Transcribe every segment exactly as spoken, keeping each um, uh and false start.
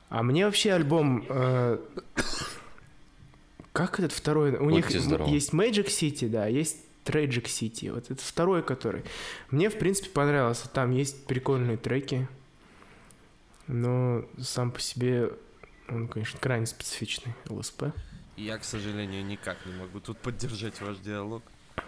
А мне вообще альбом... Э, как этот второй? У них здорово. Есть Magic City, да, есть Tragic City. Вот это второй, который... Мне, в принципе, понравился. Там есть прикольные треки. Но сам по себе он, конечно, крайне специфичный, эл эс пи. Я, к сожалению, никак не могу тут поддержать ваш диалог.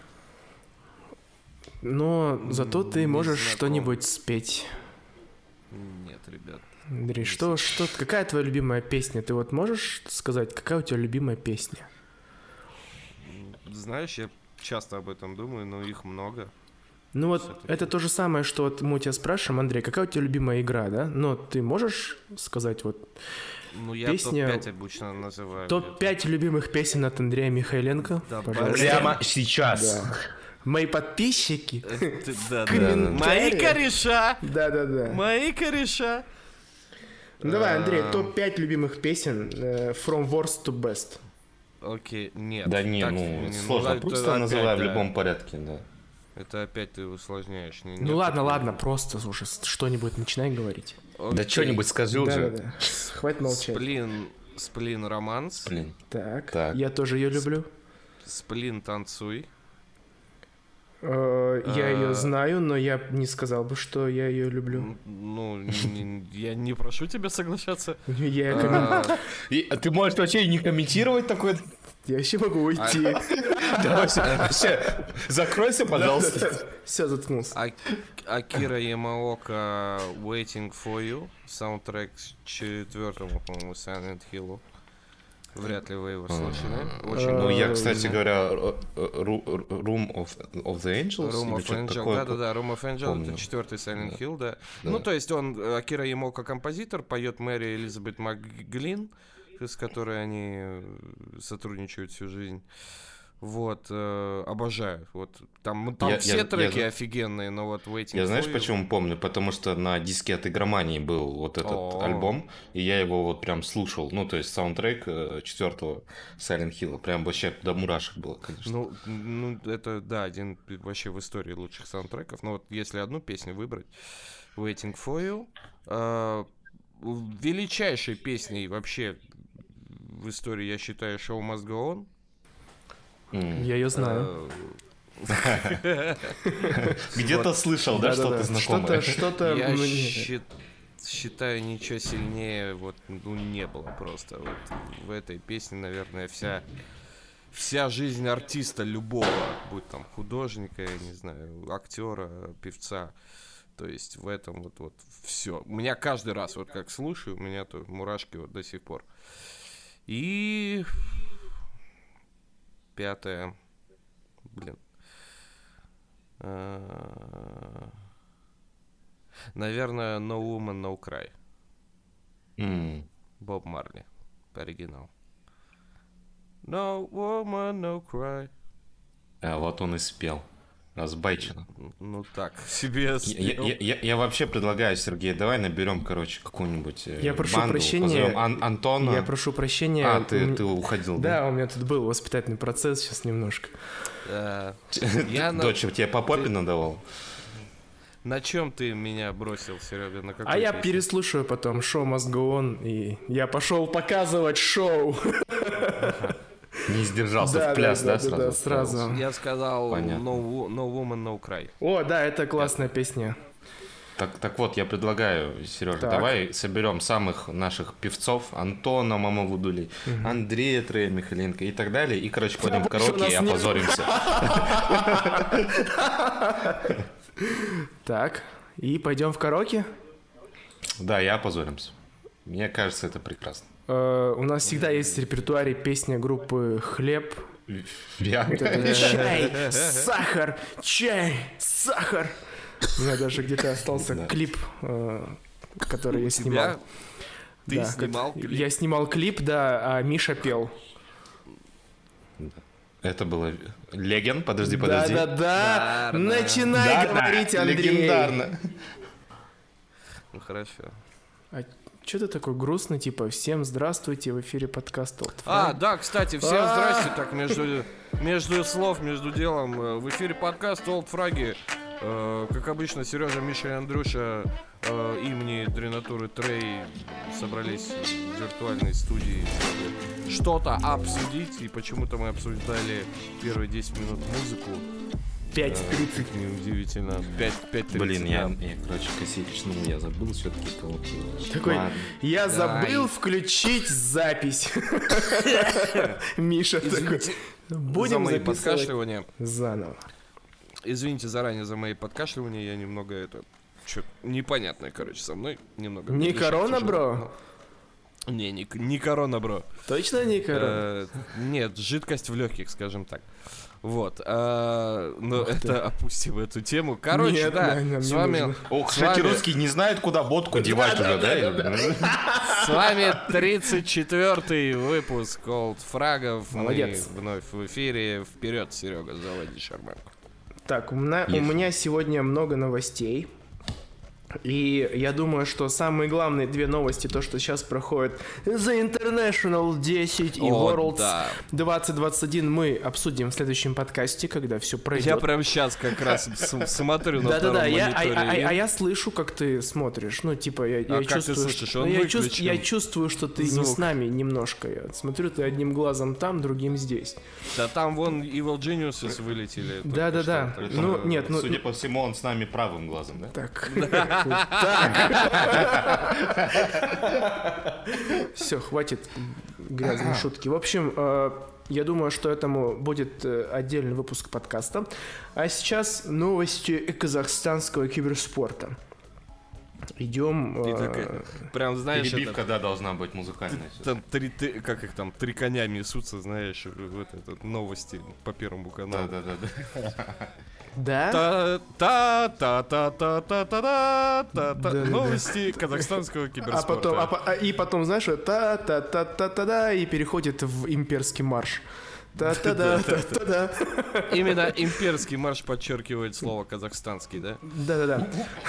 Но зато ты Не можешь знаком. что-нибудь спеть. Нет, ребят. Андрей, что, что, какая твоя любимая песня? Ты вот можешь сказать, какая у тебя любимая песня? Знаешь, я часто об этом думаю, но их много. Ну вот, Всё-таки. это то же самое, что вот мы у тебя спрашиваем, Андрей, какая у тебя любимая игра, да? Но ты можешь сказать вот Ну, я Песня- топ пять обычно называю. топ пять любимых песен от Андрея Михайленко? Да, Пожалуйста. Прямо сейчас. Да. Мои подписчики. где-то. Да, да. Комментарии. Мои кореша! Да-да-да. Мои кореша! Ну давай, Андрей, А. топ пять любимых песен э, From Worst to Best. Окей, нет. Да не, так ну, не- сложно, это просто опять, называй в да. любом порядке, да. Это опять ты усложняешь. Не- Ну нет ладно, такого. ладно, просто, слушай, что-нибудь начинай говорить. Да Окей. что-нибудь скажи уже. Да-да-да. Хватит молчать. Сплин, сплин романс, Блин. Так, Так. я тоже ее люблю. сплин танцуй. Э, Я А. ее знаю, но я не сказал бы, что я ее люблю. М, Ну, не- я не прошу тебя соглашаться. Я, коммен- А, И, а ты можешь вообще и не комментировать такое? я вообще могу уйти. Давай, все, закройся, пожалуйста. Все, заткнулся. А- Акира Ямаока Waiting for You. Саундтрек к четвертому, по-моему, Silent Hill. Вряд ли вы его слышали. Очень Ну, я, Э, кстати говоря, э, э, Ru- Room of, of the Angels Room или of что-то Angel, такое. да-да-да, Room of Angel, помню. это четвертый Silent Hill, да. Да. Ну, то есть он, э, Акира Ямаока композитор, поет Мэри Элизабет МакГлин, с которой они э, сотрудничают всю жизнь. Вот, э, обожаю. Вот, там там Я- все я- треки я- офигенные, но вот Waiting Я знаешь, for You- почему помню? Потому что на диске от Игромании был вот этот О. альбом, и я его вот прям слушал. Ну, то есть саундтрек э, четвертого Silent Hill. Прям вообще до мурашек было, конечно. Ну, ну, это, да, один вообще в истории лучших саундтреков. Но вот если одну песню выбрать, Waiting for You, э, величайшей песней вообще в истории, я считаю, Show Must Go On. М. Я ее знаю. Э, Где-то слышал, да, Да-да-да. что-то знакомое. Что-то, что-то... Я мне- щи- считаю, ничего сильнее вот, ну, не было просто. Вот в этой песне, наверное, вся, вся жизнь артиста любого, будь там художника, я не знаю, актера, певца. То есть в этом вот, вот все. У меня каждый раз, вот как слушаю, у меня то мурашки вот до сих пор. И пятое. Блин. А, Наверное, No Woman, No Cry. М. Боб Марли. Оригинал. No Woman, No Cry. А вот он и спел. Разбайчено. Ну так, себе Я, спел. я- я- я вообще предлагаю, Сергей, давай наберем, короче, какую-нибудь э, Я прошу банду, прощения. позовем Ан- Антона. Я прошу прощения. А, у ты, м- ты уходил, да? Да, у меня тут был воспитательный процесс сейчас немножко. Э, Я на... Дочь тебе по попе ты- надавал? На чем ты меня бросил, Серега? На какой А я песне? переслушаю потом Show Must Go On, и я пошел показывать шоу. Не сдержался Да, в пляс, да, да, да, сразу? да, сразу. Я сказал Понятно. no, wo- no Woman, No Cry. О, да, это классная песня. Так, так вот, я предлагаю, Сережа, Так. давай соберем самых наших певцов: Антона Мамавудулей, Андрея Трея Михайленко и так далее. И, короче, пойдем в больше у караоке и нас нет. опозоримся. Так, и пойдем в караоке. Да, и опозоримся. Мне кажется, это прекрасно. Э, У нас всегда есть в репертуаре песня группы «Хлеб». Я- Чай, сахар, чай, сахар. У меня даже где-то остался Да. клип, э, который я Тебя? снимал. Ты Да, снимал как- клип? Я снимал клип, да, а Миша пел. Это было... Леген, подожди, подожди. Да-да-да, Да, да. начинай Да-да, говорить, Андрей. легендарно. Ну хорошо. А что ты такой грустный, типа, всем здравствуйте, в эфире подкаст Old А, Friend. да, кстати, всем А. здрасте, так между, между слов, между делом. э, В эфире подкаст Old Fragi. Э, как обычно, Сережа, Миша и Андрюша э, имени Дренатуры Трей собрались в виртуальной студии, чтобы что-то обсудить. И почему-то мы обсуждали первые десять минут музыку. пять тридцать. Э, неудивительно. пять тридцать. Блин, я, я, короче, косичнул, я забыл все-таки кого-то. Такой, Ладно. я Да, забыл и- включить запись. Миша такой, За будем мои записывать подкашливания. заново. Извините заранее за мои подкашливания, я немного это... Чё, непонятное, короче, со мной немного... Не перешаг корона, тяжело, бро? но- Не, не, не корона, бро. Точно не корона? Э, Нет, жидкость в легких, скажем так. Вот. а, Но это опустим эту тему. Короче, Нет, да, нам не с вами... нужно. Ох, с кстати, вами- русский не знает, куда бодку девать уже, да? С вами тридцать четвёртый выпуск Old Фрагов. Мы Молодец. вновь в эфире. Вперед, Серега, заводи шарманку. Так, у меня, у Ешь. меня сегодня много новостей. И я думаю, что самые главные две новости, то, что сейчас проходит The International десять и О, Worlds да. двадцать двадцать один, мы обсудим в следующем подкасте, когда все Я пройдет. прям сейчас как раз с- смотрю на Да-да-да, втором я, а, мониторе. а- а- а и- я слышу, как ты смотришь. Ну, типа, я, я А как ты чувствую, слышишь? что... Он я, чувств- выключен. я чувствую, что ты не Звук. с нами немножко. Я смотрю, ты одним глазом там, другим здесь. Да там вон Evil Geniuses вылетели. только Да-да-да. что. Ну, нет, ну... Судя по всему, он с нами правым глазом, да? Так. Так. Все, хватит грязной шутки. В общем, э, я думаю, что этому будет э, отдельный выпуск подкаста. А сейчас новости казахстанского киберспорта. Идем... Ты э, такая, прям знаешь, Перебивка, это, да, должна быть музыкальная. там три, ты- как их там, три коня несутся, знаешь, вот это, новости по Первому каналу. Да-да-да. Да? Та-та-та-та-та-та-та-та-та. Да-да-да. Новости казахстанского А киберспорта. потом, а по- а- и потом, знаешь, та-та-та-та-та-да, и переходит в имперский марш. Та-та-да-та-та-да. Именно имперский марш подчеркивает слово казахстанский, да? Да-да-да.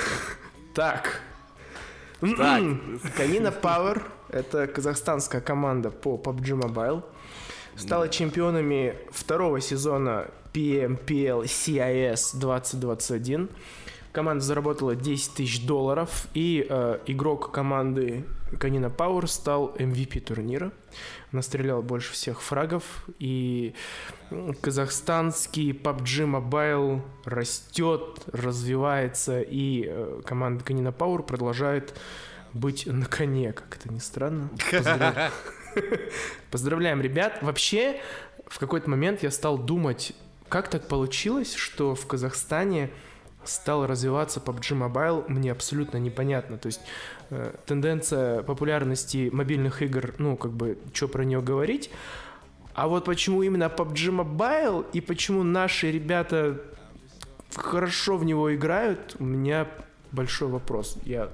Так. Так. Канина Power, это казахстанская команда по пабг Mobile, стала чемпионами второго сезона пи эм пи эл си ай эс двадцать двадцать один. Команда заработала десять тысяч долларов, и э, игрок команды Канина Power стал эм ви пи турнира. Настрелял больше всех фрагов, и м, казахстанский пабг Mobile растет, развивается, и э, команда Канина Power продолжает быть на коне, как это ни странно. Поздравляем. Поздравляем, ребят. Вообще, в какой-то момент я стал думать, как так получилось, что в Казахстане стал развиваться пабг Mobile, мне абсолютно непонятно. То есть э, тенденция популярности мобильных игр, ну, как бы, что про нее говорить. А вот почему именно пабг Mobile и почему наши ребята хорошо в него играют, у меня большой вопрос. Я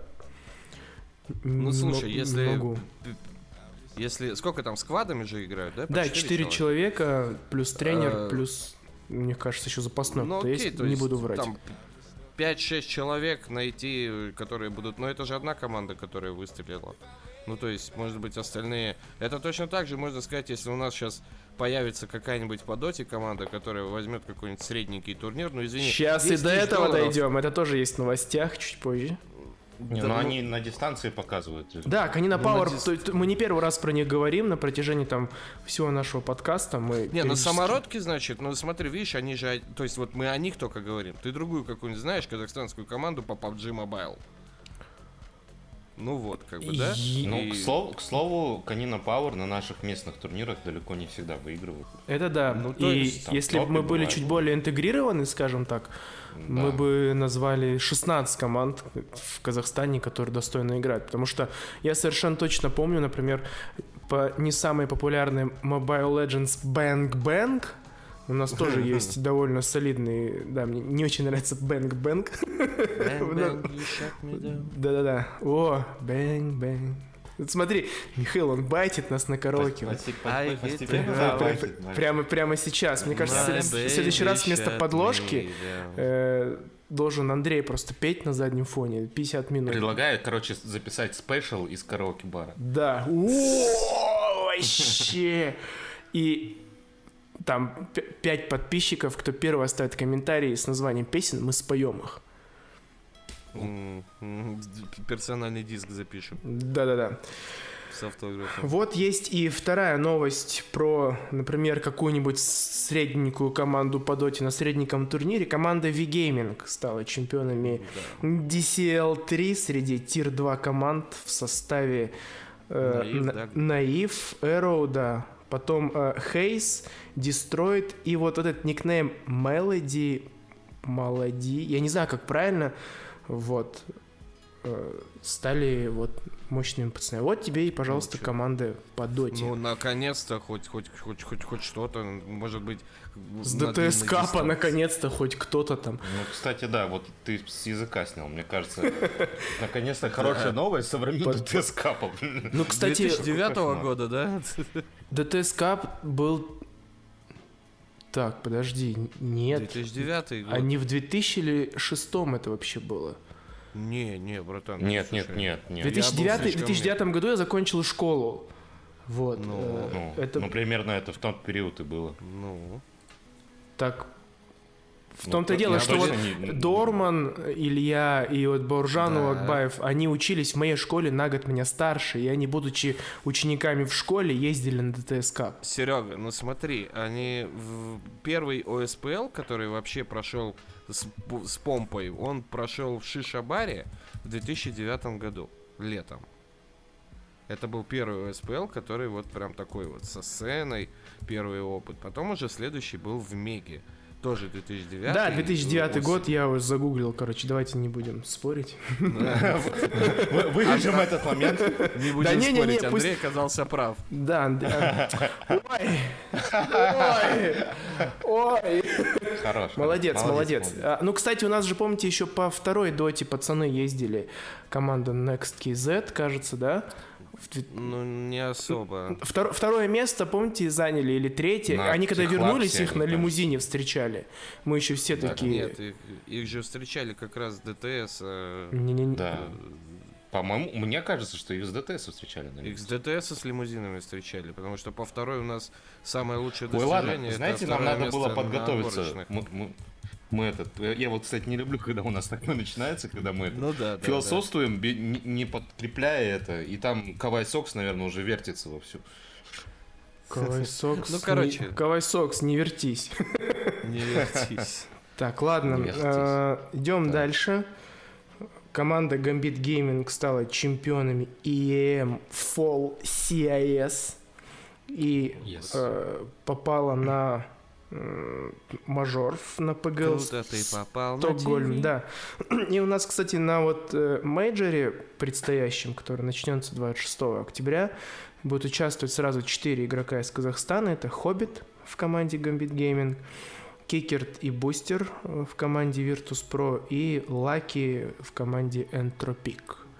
Ну, не слушай, мо- не если... могу. Если... Сколько там, сквадами же играют, да? По Да, четыре четыре человека, плюс тренер, Э, плюс, мне кажется, еще запасной Ну, кто окей, есть, то не есть буду врать. там пять-шесть человек найти, которые будут... Но это же одна команда, которая выстрелила. Ну, то есть, может быть, остальные... Это точно так же, можно сказать, если у нас сейчас появится какая-нибудь по доте команда, которая возьмет какой-нибудь средненький турнир, ну, извини... Сейчас и десять до тысяч этого долларов. дойдем, это тоже есть в новостях, чуть позже. Не, Да ну ну- они на дистанции показывают. Да, Канина Ну, Power, надеюсь- то есть мы не первый раз про них говорим на протяжении там всего нашего подкаста. Мы Не, ну периодически- самородки, значит, ну смотри, видишь, они же, то есть вот мы о них только говорим. Ты другую какую-нибудь знаешь, казахстанскую команду по пабг Mobile? Ну вот, как бы, да? И- Ну, И- к слову, к слову, Канина Power на наших местных турнирах далеко не всегда выигрывают. Это да. Ну, то И есть там если бы топы мы были бывают. чуть более интегрированы, скажем так, мы Да. бы назвали шестнадцать команд в Казахстане, которые достойно играют. Потому что я совершенно точно помню, например, по не самой популярной Mobile Legends Bang Bang. У нас тоже есть довольно солидный... Да, мне не очень нравится Bang Bang. Bang, bang, you shut me down. Да-да-да. О, Bang Bang. Вот смотри, Михаил, он байтит нас на караоке. Вот. Пост- I пост- hit Постепенно, the да, ground. байтит, Пря- байтит. Прямо, прямо сейчас. Мне кажется, My в след- в следующий baby раз вместо shut подложки me down. э, должен Андрей просто петь на заднем фоне пятьдесят минут. Предлагаю, короче, записать спешл из караоке-бара. Да. О, вообще. И там пять подписчиков, кто первый оставит комментарий с названием песен, мы споем их. Персональный диск запишем. Да-да-да. С автографом. Вот есть и вторая новость про, например, какую-нибудь средненькую команду по доте на средненьком турнире. Команда V-Gaming стала чемпионами да. ди си эл три среди тир два команд в составе э, Наив, на, да? Наив, Arrow, да. Потом э, Haze, Destroyed и вот этот никнейм Melody, Молоди, я не знаю, как правильно, вот, э, стали вот мощными пацанами. Вот тебе и, пожалуйста, ну, команды по доте. Ну, наконец-то хоть, хоть, хоть, хоть, хоть что-то, может быть... С ДТС Капа, наконец-то, хоть кто-то там. Ну, кстати, да, вот ты с языка снял, мне кажется. Наконец-то хорошая новость, современный ДТС Капа. Ну, кстати... две тысячи девятого года, да? ДТС Кап был... Так, подожди, нет. две тысячи девятый год. А не в две тысячи шестом это вообще было? Не, не, братан. Нет, нет, нет, нет. В две тысячи девятом году я закончил школу. Вот. Ну, ну, это... ну, примерно это в тот период и было. Ну. Так, в том-то ну, дело, что вот не... Дорман, Илья и вот Бауржанов, да. Акбаев, они учились в моей школе на год меня старше, и они, будучи учениками в школе, ездили на ДТС Кап. Серега, ну смотри, они в первый о эс пэ эл, который вообще прошел с, с помпой, он прошел в Шишабаре в две тысячи девятом году, летом. Это был первый о эс пэ эл, который вот прям такой вот со сценой, первый опыт. Потом уже следующий был в Меге. Тоже две тысячи девятый. Да, две тысячи девятый год, я уже загуглил, короче, давайте не будем спорить. Вырежем этот момент. Не будем спорить, Андрей оказался прав. Да, ой, ой, ой. Хорош. Молодец, молодец. Ну, кстати, у нас же, помните, еще по второй доте пацаны ездили. Команда Next кей зет, кажется, да? Ну, не особо. Втор- второе место, помните, заняли или третье? На Они когда вернулись, их на они, лимузине встречали. Мы еще все да, такие... Нет, их, их же встречали как раз ДТС. Э... Не-не-не. Да. По-моему, мне кажется, что их с ДТС встречали. Наверное. Их с ДТС с лимузинами встречали, потому что по второй у нас самое лучшее Ой, достижение... ладно, знаете, нам надо было подготовиться. Мы этот, я вот, кстати, не люблю, когда у нас такое начинается, когда мы ну, да, философствуем, да, да. Не, не подкрепляя это, и там Кавай Сокс, наверное, уже вертится вовсю. Кавай Сокс, ну, короче. Кавай Сокс, не вертись. Не вертись. Так, ладно, идем дальше. Команда Gambit Gaming стала чемпионами и эм Fall си ай эс и попала на... мажор на пэ гэ эл Стокгольм, да. И у нас, кстати, на вот э, мейджоре предстоящем, который начнется двадцать шестого октября, будут участвовать сразу четыре игрока из Казахстана. Это Хоббит в команде Gambit Gaming, Кикерт и Бустер в команде Virtus.pro и Лаки в команде Entropic.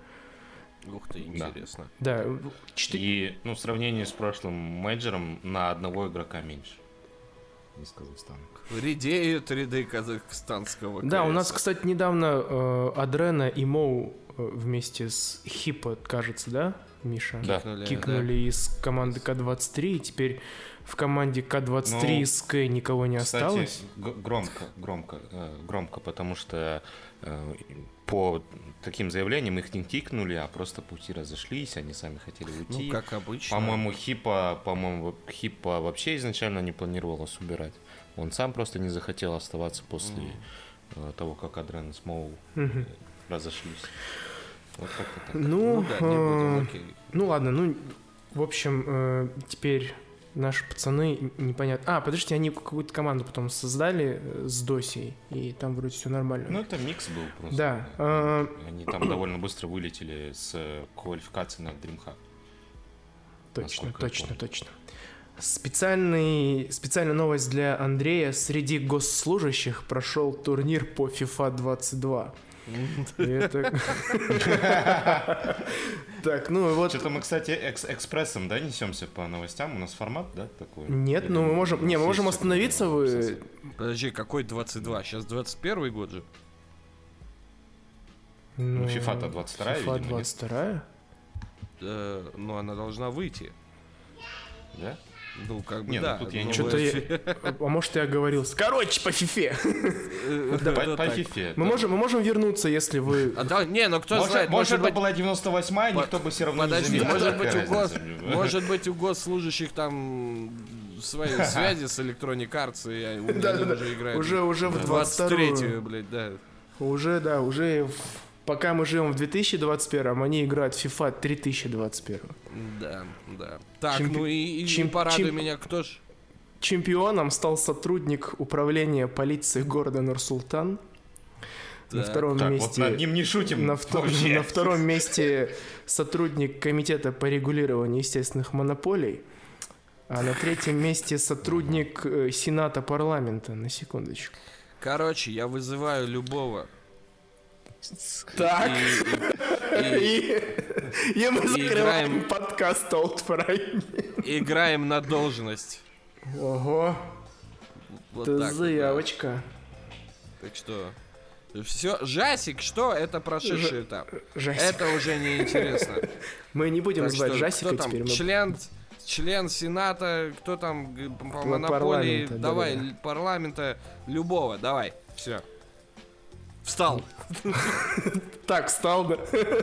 Ух ты, интересно. Да. да. И ну, в сравнении с прошлым мейджором на одного игрока меньше. Из Казахстана. Редеют ряды казахстанского Да, у нас, кстати, недавно э, Адрена и Моу э, вместе с Хиппо, кажется, да, Миша? Да. Кикнули, Кикнули да. из команды ка двадцать три, и теперь в команде ка двадцать три ну, из СК никого не кстати, осталось. Громко, громко, э, громко, потому что э, по таким заявлениям их не кикнули, а просто пути разошлись, они сами хотели уйти. Ну, как обычно. По-моему, Хиппо, по-моему, Хиппо вообще изначально не планировалось убирать. Он сам просто не захотел оставаться после mm. того, как Адрен с Моу mm-hmm. разошлись. Вот как-то так. Ну, ну, да, не будем, окей. ну ладно, ну, в общем, э, теперь наши пацаны, непонятно... А, подождите, они какую-то команду потом создали с Досей, и там вроде все нормально. Ну, это микс был просто. Да. А... Они там довольно быстро вылетели с квалификации на DreamHack. Точно, точно, точно. Специальный, специальная новость для Андрея. Среди госслужащих прошел турнир по FIFA двадцать два. Так, ну вот. Что-то мы, кстати, экспрессом, да, несемся по новостям. У нас формат, да, такой? Нет, ну мы можем. Не, мы можем остановиться. Вы. Подожди, какой двадцать два? Сейчас двадцать первый год же. Ну, FIFA-то двадцать вторая, FIFA двадцать вторая? Ну, она должна выйти. Да? Ну, как бы, Не, ну да. тут я ну, не Что-то вы- я... А может, я оговорился. Короче, по фифе. Да, По, да, по так. фифе. Мы можем, мы можем вернуться, если вы... А да, не, ну кто Может, знает, может, может это быть... была девяносто восьмая, никто бы все равно Подожди, не заметил. может быть, Какая у гос... разница? может быть, у госслужащих там свои связи с Electronic Arts, и они Да-да-да. уже играют. Уже, уже в двадцать двадцать вторую. третью, блядь, да. Уже, да, уже... в- Пока мы живем в две тысячи двадцать первом, они играют в FIFA три тысячи двадцать первом. Да, да. Так, Чемпи- ну и, и чем- порадуй чем- меня, кто ж... Чемпионом стал сотрудник управления полиции города Нур-Султан. На Так. втором Так, вот месте... над ним не шутим. На, вто- вообще. на втором месте сотрудник комитета по регулированию естественных монополий, а на третьем месте сотрудник э, Сената парламента, на секундочку. Короче, я вызываю любого. Так, И, и- и, и мы и закрываем играем. подкаст Old Friday. и играем на должность. Ого, Вот это так вот, да. заявочка. Так что... Все, Жасик, что? Это прошедший этап. Жасик. Это уже не интересно. Мы не будем Так звать что, Жасика кто там? теперь. Мы... Член, член Сената, кто там г- по Пла- монополии, парламента, давай, да-да-да. л- парламента, любого, давай, все. Встал. Так, стал, да.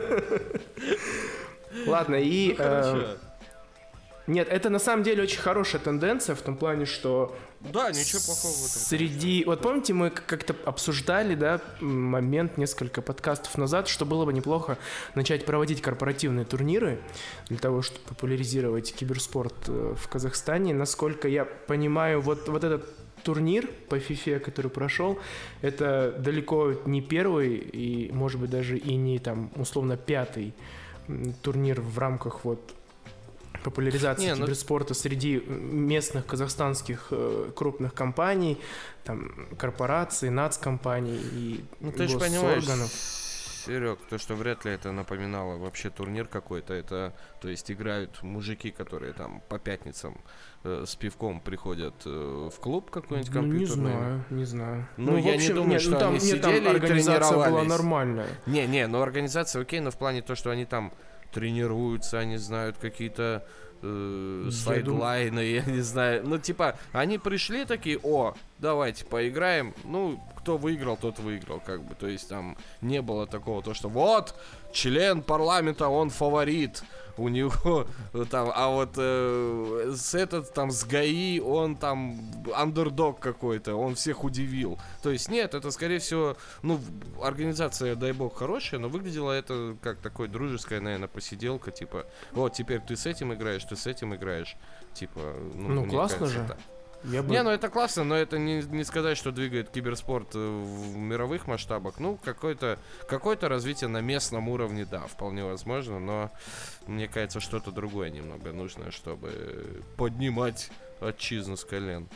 Ладно, и... э, Хорошо. Нет, это на самом деле очень хорошая тенденция в том плане, что Да, ничего плохого в этом. среди... Вот помните, мы к- как-то обсуждали, да, м, момент несколько подкастов назад, что было бы неплохо начать проводить корпоративные турниры для того, чтобы популяризировать киберспорт э, в Казахстане. Насколько я понимаю, вот, вот этот турнир по фифе, который прошел, это далеко не первый и, может быть, даже и не там условно пятый м, турнир в рамках вот популяризации Не, ну- киберспорта среди местных казахстанских э, крупных компаний, там, корпораций, нацкомпаний и Ну ты же понимаешь, госорганов. Серег, то, что вряд ли это напоминало вообще турнир какой-то, это, то есть играют мужики, которые там по пятницам э, с пивком приходят э, в клуб какой-нибудь Ну, не компьютерный. знаю, не знаю. Ну, я не думаю, что там, они нет, там сидели и организация была тренировались. нормальная. Не, не, ну организация окей, но в плане то, что они там тренируются, они знают какие-то э, Я сайдлайны, я не знаю. Ну, типа, они пришли такие, о, давайте поиграем. Ну, кто выиграл, тот выиграл, как бы. То есть там не было такого, то, что вот, член парламента, он фаворит. У него там, а вот э, с этот там с ГАИ, он там андердог какой-то, он всех удивил. То есть нет, это скорее всего, ну, организация, дай бог, хорошая, но выглядело это как такое дружеская, наверное, посиделка, типа, вот теперь ты с этим играешь, ты с этим играешь, типа, ну, Ну, мне классно кажется, же. так. Я бы... Не, ну это классно, но это не, не сказать, что двигает киберспорт э, в мировых масштабах. Ну, какое-то какое-то развитие на местном уровне, да, вполне возможно, но мне кажется, что-то другое немного нужно, чтобы поднимать отчизну с колен.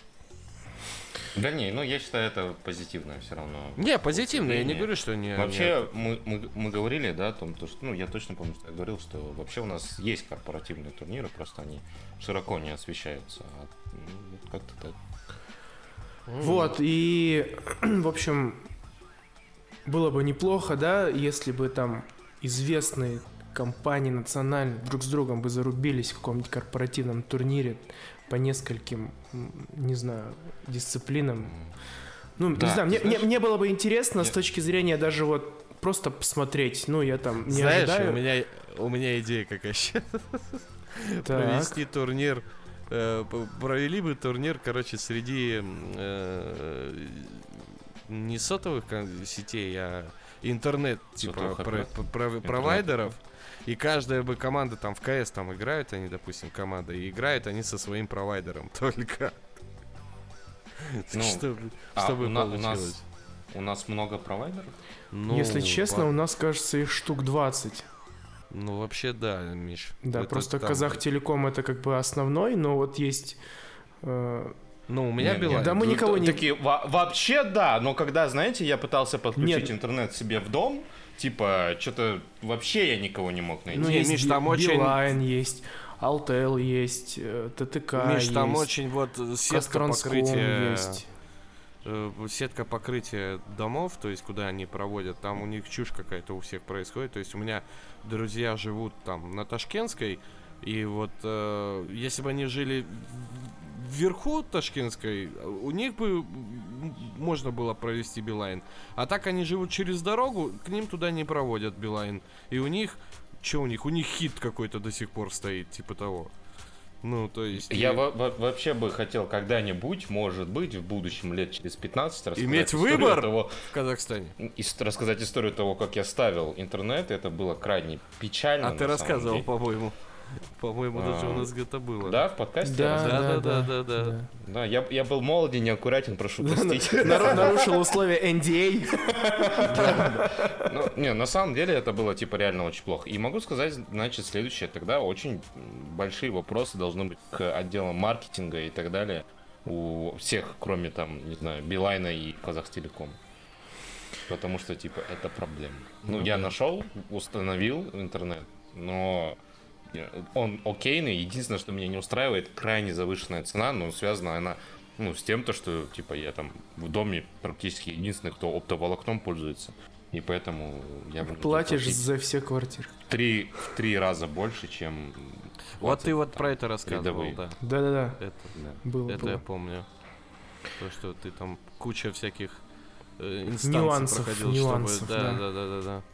Да не, ну я считаю, это позитивное все равно. Не, позитивно, я не явление. говорю, что не... Вообще, мы, мы, мы говорили, да, о том, то, что, ну, я точно помню, что я говорил, что вообще у нас есть корпоративные турниры, просто они широко не освещаются. А, ну, вот как-то так. Вот, и, в общем, было бы неплохо, да, если бы там известные компании национальные друг с другом бы зарубились в каком-нибудь корпоративном турнире по нескольким, м, не знаю, дисциплинам. Ну, Да, не знаю, ты мне, знаешь- мне, мне было бы интересно с Нет. точки зрения даже вот просто посмотреть. Ну, я там не Знаешь, ожидаю. у меня, у меня идея какая сейчас. Так. Провести турнир. э, п- Провели бы турнир, короче, среди э, не сотовых кон- сетей, а интернет, типа, Сотовых про- операторов? про- провайдеров. И каждая бы команда там в КС там играют, они, допустим, команда, и играют они со своим провайдером только. Ну, Чтобы а чтобы у на- у получилось. нас- У нас много провайдеров? Ну, Если честно, по- у нас, кажется, их штук двадцать. Ну, вообще, да, Миш. Да, Это просто там- Казахтелеком это как бы основной, но вот есть... э, Ну, у меня Нет, Билайн. нет, да мы Ну, никого т- не- Такие, во- вообще да, но когда, знаете, я пытался подключить Нет. интернет себе в дом, типа, что-то вообще я никого не мог найти. Ну, Не, есть Миш, Би- там очень- Билайн есть, Алтел есть, э, ТТК Миш, есть, там очень вот сетка Костромском покрытия, есть. э, сетка покрытия домов, то есть куда они проводят, там у них чушь какая-то у всех происходит. То есть у меня друзья живут там на Ташкентской, И вот э, если бы они жили вверху Ташкентской, у них бы можно было провести Билайн. А так они живут через дорогу, к ним туда не проводят Билайн. И у них, что у них? У них хит какой-то до сих пор стоит, типа того. Ну, то есть... Я и... во- во- вообще бы хотел когда-нибудь, может быть, в будущем, лет через пятнадцать, иметь выбор того, в Казахстане. И рассказать историю того, как я ставил интернет. Это было крайне печально. А ты рассказывал, по-моему. По-моему, даже у нас где-то было. Да, в подкасте? Да, да, да, да, да, да. Да, я, я был молоден, неаккуратен, прошу простить. Нарушил условия эн ди эй. Ну, не, на самом деле это было типа реально очень плохо. И могу сказать, значит, следующее. Тогда очень большие вопросы должны быть к отделам маркетинга и так далее. У всех, кроме там, не знаю, Билайна и Казахтелеком. Потому что, типа, это проблема. Ну, я нашел, установил интернет, но... Он окейный, единственное, что меня не устраивает, крайне завышенная цена, но связана она ну, с тем, то, что типа я там в доме практически единственный, кто оптоволокном пользуется. И поэтому я платишь за все квартиры. Три, в три раза больше, чем... Вот ты вот про это рассказывал, рядовые. Да. Да-да-да. Это, да. Было, это было. я помню. То, что ты там куча всяких э, инстанций нюансов, проходил, нюансов, чтобы... да. Да, да, да, да, да.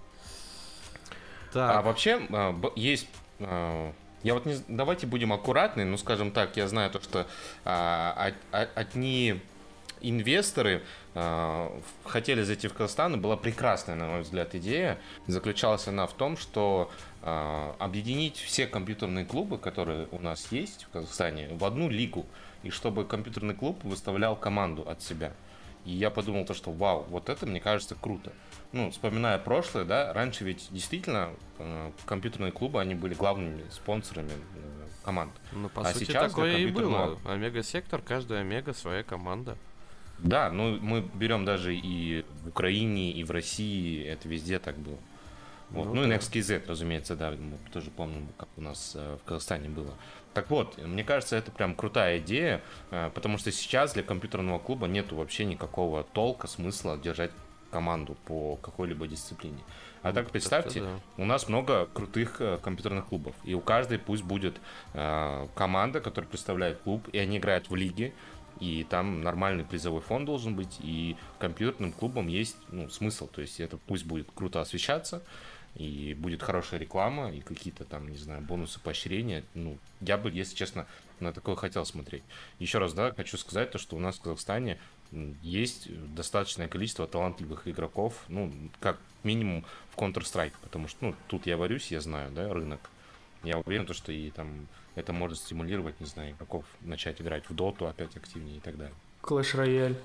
Так. А вообще есть... Я вот не... Давайте будем аккуратны, ну, скажем так, я знаю то, что а, от, одни инвесторы а, хотели зайти в Казахстан, и была прекрасная, на мой взгляд, идея. Заключалась она в том, что а, объединить все компьютерные клубы, которые у нас есть в Казахстане, в одну лигу, и чтобы компьютерный клуб выставлял команду от себя. И я подумал то, что вау, вот это, мне кажется, круто. Ну, вспоминая прошлое, да, раньше ведь действительно э, компьютерные клубы, они были главными спонсорами э, команд. Ну, по а сути, сейчас такое и компьютерного... было. Омега-сектор, каждая Омега своя команда. Да, ну, мы берем даже и в Украине, и в России, это везде так было. Вот. Ну, ну да. И Next.kz, разумеется, да, мы тоже помним, как у нас э, в Казахстане было. Так вот, мне кажется, это прям крутая идея, э, потому что сейчас для компьютерного клуба нету вообще никакого толка, смысла держать команду по какой-либо дисциплине. А ну, так представьте, да. У нас много крутых э, компьютерных клубов, и у каждой пусть будет э, команда, которая представляет клуб, и они играют в лиге, и там нормальный призовой фонд должен быть, и компьютерным клубам есть ну, смысл, то есть это пусть будет круто освещаться, и будет хорошая реклама, и какие-то там, не знаю, бонусы, поощрения. Ну, я бы, если честно, на такое хотел смотреть. Еще раз, да, хочу сказать то, что у нас в Казахстане есть достаточное количество талантливых игроков, ну, как минимум в Counter-Strike, потому что, ну, тут я варюсь, я знаю, да, рынок. Я уверен, что и там это может стимулировать, не знаю, игроков начать играть в доту опять активнее и так далее. Clash Royale.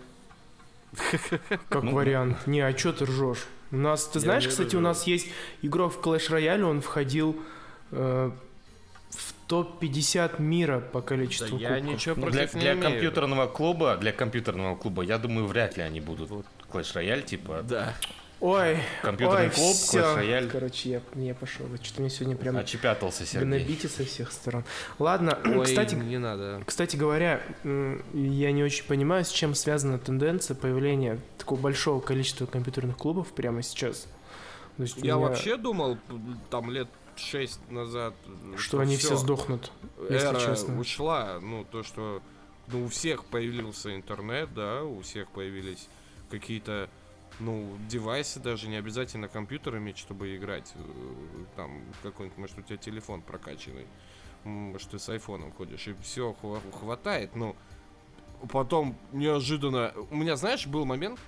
Как вариант. Не, а чё ты ржешь? У нас, ты знаешь, кстати, у нас есть игрок в Clash Royale, он входил в топ пятьдесят мира по количеству да я ничего ну, против для, не для имею. компьютерного клуба, для компьютерного клуба, я думаю, вряд ли они будут вот Clash Royale, типа. Да. Ой, компьютерный ой, клуб, все. Clash Royale. Короче, я, я пошел. Что-то мне сегодня прям очепятался Сергей. гнобите со всех сторон. Ладно, ой, кстати, не надо. Кстати говоря, я не очень понимаю, с чем связана тенденция появления такого большого количества компьютерных клубов прямо сейчас. То есть я меня... вообще думал, там лет шесть назад, что, что они все сдохнут, если эра честно. Ушла, ну то, что ну, у всех появился интернет, да, у всех появились какие-то ну, девайсы, даже не обязательно компьютер иметь, чтобы играть. Там какой-нибудь, может, у тебя телефон прокачанный, может, ты с айфоном ходишь, и все хватает, но потом неожиданно... У меня, знаешь, был момент,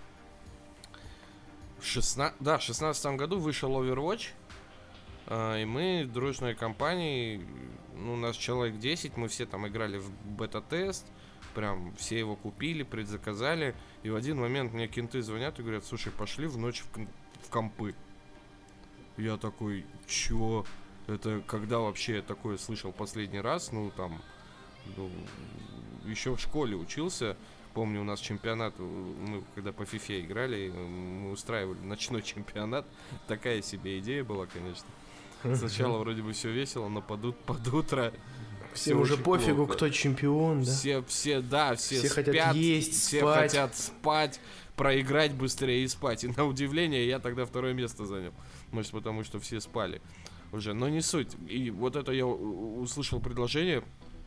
в шестнадцатом, да, в шестнадцатом году вышел Overwatch, и мы дружной компанией, ну, у нас человек десять, мы все там играли в бета-тест, прям все его купили, предзаказали, и в один момент мне кенты звонят и говорят, слушай, пошли в ночь в, ком- в компы. Я такой, чё? Это когда вообще я такое слышал последний раз? Ну, там, ну, еще в школе учился. Помню, у нас чемпионат, мы когда по фифе играли, мы устраивали ночной чемпионат. Такая себе идея была, конечно. Сначала вроде бы все весело, но под, под утро всем уже пофигу, плохо. Кто чемпион, да? Все, все, да, все, все спят, хотят есть, все спать. хотят спать, проиграть быстрее и спать. И на удивление я тогда второе место занял. Может, потому что все спали. уже, но не суть. И вот это я услышал предложение: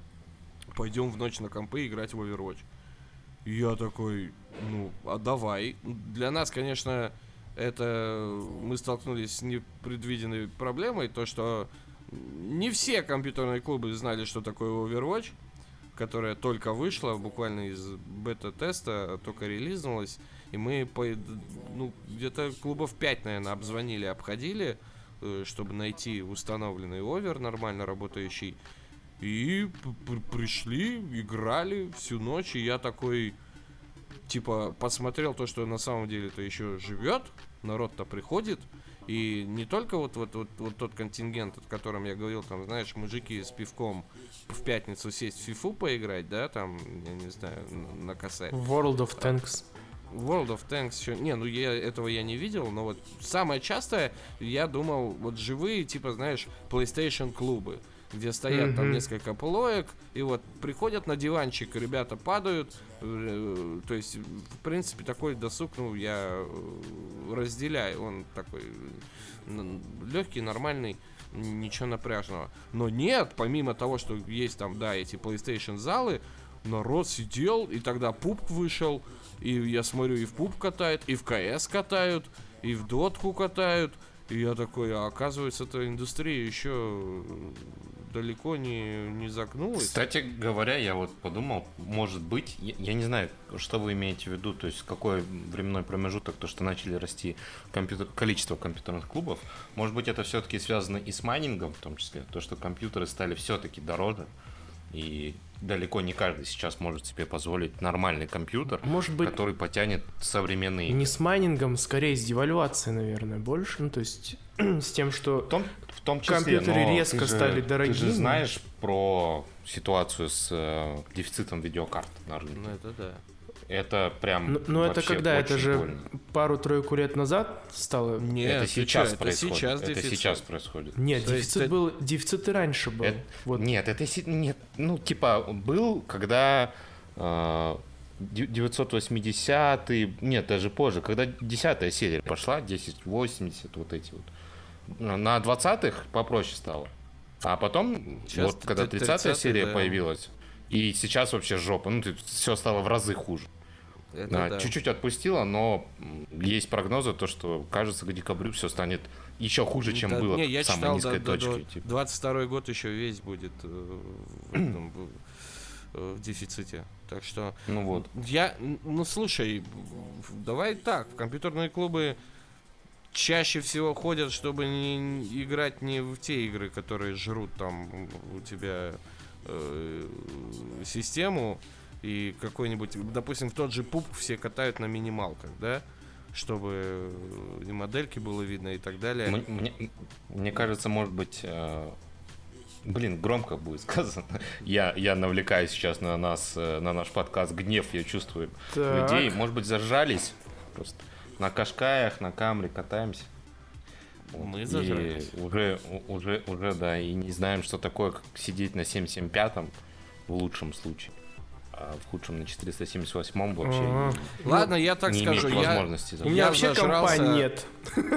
пойдем в ночь на компы играть в Overwatch. И я такой, ну, а давай. Для нас, конечно, это мы столкнулись с непредвиденной проблемой, то что не все компьютерные клубы знали, что такое Overwatch, которая только вышла, буквально из бета-теста, только релизнулась. И мы по, ну, где-то клубов пять, наверное, обзвонили, обходили, чтобы найти установленный овер, нормально работающий. И пришли, играли всю ночь, и я такой, типа, посмотрел то, что на самом деле-то еще живет, народ-то приходит, и не только вот, вот, вот, вот тот контингент, о котором я говорил, там, знаешь, мужики с пивком в пятницу сесть в фифу поиграть, да, там, я не знаю, на, на кассе. World of Tanks. World of Tanks еще... Не, ну я этого я не видел, но вот самое частое, я думал, вот живые, типа, знаешь, PlayStation клубы, где стоят mm-hmm. там несколько полоек, и вот приходят на диванчик, ребята падают, э, то есть, в принципе, такой досуг, ну, я разделяю, он такой э, легкий, нормальный, ничего напряжного. Но нет, помимо того, что есть там, да, эти PlayStation залы, народ сидел, и тогда пуб вышел, и я смотрю, и в пуб катают, и в КС катают, и в дотку катают, и я такой, а оказывается, эта индустрия еще далеко не, не загнулась. Кстати говоря, я вот подумал, может быть, я, я не знаю, что вы имеете в виду, то есть какой временной промежуток, то, что начали расти компьютер, количество компьютерных клубов, может быть, это все-таки связано и с майнингом, в том числе, то, что компьютеры стали все-таки дороже, и далеко не каждый сейчас может себе позволить нормальный компьютер, может быть, который потянет современные игры. Не с майнингом, скорее с девальвацией, наверное, больше, ну, то есть с тем, что в том, в том числе, компьютеры резко ты же, стали дорогими. Ты же знаешь про ситуацию с э, дефицитом видеокарт на рынке. Ну, это да. Это прям Ну, ну это когда? Это же больно. Пару-тройку лет назад стало? Нет, это сейчас это происходит. Сейчас это дефицит. сейчас происходит. Нет, То дефицит есть, был, дефицит и раньше был. Это, вот. Нет, это нет, ну типа был, когда э, девятьсот восьмидесятые, нет, даже позже, когда десятая серия пошла, десять восемьдесят, вот эти вот. На двадцатых попроще стало. А потом, сейчас вот когда тридцатая серия да. появилась, и сейчас вообще жопа, ну все стало в разы хуже. Да, да. Чуть-чуть отпустила, но есть прогнозы, то, что кажется, к декабрю все станет еще хуже, чем да, было не, я в самой читал, низкой да, точке. Да, типа. двадцать второй год еще весь будет э, в, этом, в, в дефиците. Так что, ну вот. Я, ну слушай, давай так, в компьютерные клубы чаще всего ходят, чтобы не играть не в те игры, которые жрут там у тебя э, систему. И какой-нибудь, допустим, в тот же пуб все катают на минималках, да? Чтобы и модельки было видно и так далее. Мне, мне, мне кажется, может быть, э, блин, громко будет сказано. Я, я навлекаю сейчас на нас, на наш подкаст гнев, я чувствую так. людей. Может быть, зажрались просто на Кашкаях, на Камри катаемся. Мы зажрались. И уже, уже, уже, да, и не знаем, что такое, как сидеть на семьсот семьдесят пятом в лучшем случае. А в худшем на четыреста семьдесят восьмом вообще А-а-а. не, Ладно, я так не скажу, я, у меня вообще компа нет.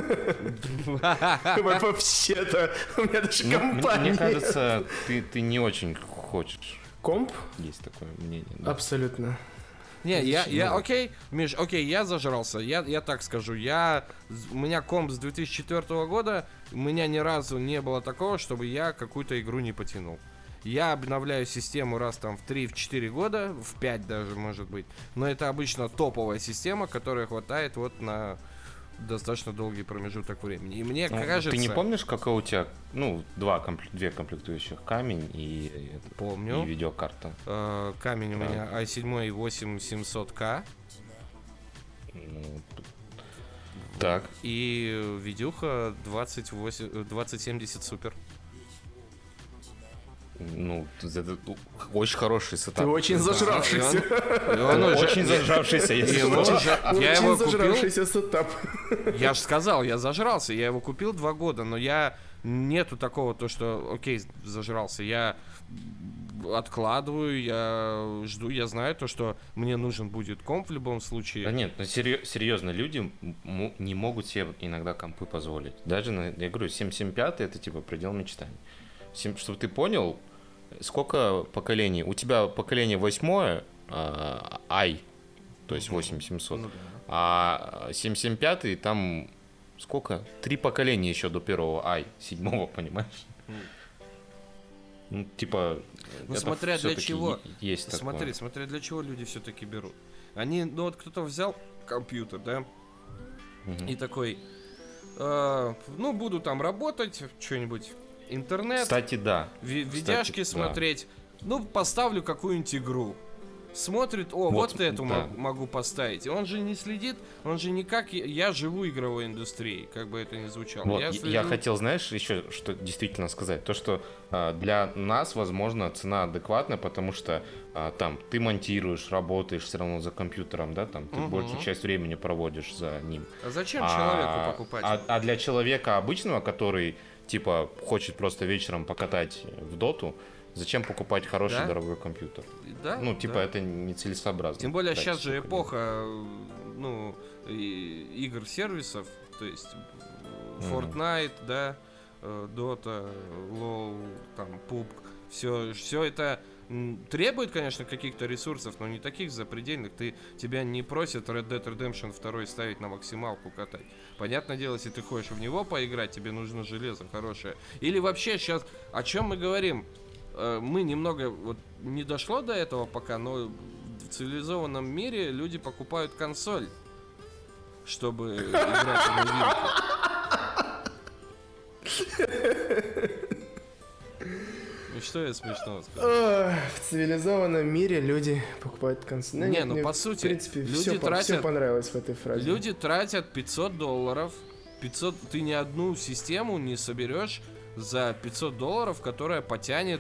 Вообще-то у меня даже компа нет. Мне кажется, ты не очень хочешь. Комп? Есть такое мнение. Абсолютно. Не, я, я, окей, Миш, окей, я зажрался, я, я так скажу, я, у меня комп с две тысячи четвёртого года, у меня ни разу не было такого, чтобы я какую-то игру не потянул. Я обновляю систему раз там в три-четыре года, в пять даже, может быть. Но это обычно топовая система, которая хватает вот на достаточно долгий промежуток времени. И мне ну, кажется... Ты не помнишь, какая у тебя, ну, два, комплект, две комплектующих, камень и, Помню. и видеокарта? Э, камень да. у меня ай семь восемь семьсот ка. Ну, так. И видюха двадцать семьдесят супер. Ну, это очень хороший сетап. Ты очень зажравшийся. Он очень зажравшийся. Я его зажравшийся сетап. Я же сказал, я зажрался. Я его купил два года, но я нету такого, то что, окей, зажрался. Я откладываю, я жду, я знаю то, что мне нужен будет комп в любом случае. Да нет, ну серьезно, люди м- не могут себе иногда компы позволить. Даже, на, я говорю, семь семь пять это типа предел мечтаний. Чтобы ты понял, сколько поколений. У тебя поколение восьмое, а, i, то есть восемь семьсот, ну, да. А семь семь пять там сколько? Три поколения еще до первого i, седьмого, понимаешь? Ну, типа, ну, смотря для чего, есть смотри, такое. смотря для чего люди все-таки берут. Они, ну вот кто-то взял компьютер, да, угу. и такой, э, ну буду там работать, что-нибудь, интернет, кстати, да, ви- видяшки Кстати, смотреть, да. ну поставлю какую-нибудь игру. Смотрит, о, вот, вот эту да. могу поставить. И он же не следит, он же не как я, я живу игровой индустрией, как бы это ни звучало. Вот, я, слежу... я хотел, знаешь, еще что действительно сказать. То, что а, для нас, возможно, цена адекватна, потому что а, там ты монтируешь, работаешь все равно за компьютером, да, там ты угу. большую часть времени проводишь за ним. А зачем а, человеку покупать? А, а для человека обычного, который, типа, хочет просто вечером покатать в доту, зачем покупать хороший, да? дорогой компьютер? Да, ну, типа, да. это нецелесообразно. Тем более, сейчас же эпоха, ну, игр-сервисов, то есть Fortnite, mm-hmm. да, Dota, лол, там, пабг, все, все это требует, конечно, каких-то ресурсов, но не таких запредельных. Ты, тебя не просят Red Dead Redemption два ставить на максималку катать. Понятное дело, если ты хочешь в него поиграть, тебе нужно железо хорошее. Или вообще сейчас, о чем мы говорим? Мы немного, вот не дошло до этого пока, но в цивилизованном мире люди покупают консоль, чтобы играть в новинку. Ну что я смешного сказал? В цивилизованном мире люди покупают консоль. Не, ну по сути, в принципе, люди все, тратят, все понравилось в этой фразе. Люди тратят пятьсот долларов. пятьсот, ты ни одну систему не соберешь за пятьсот долларов, которая потянет.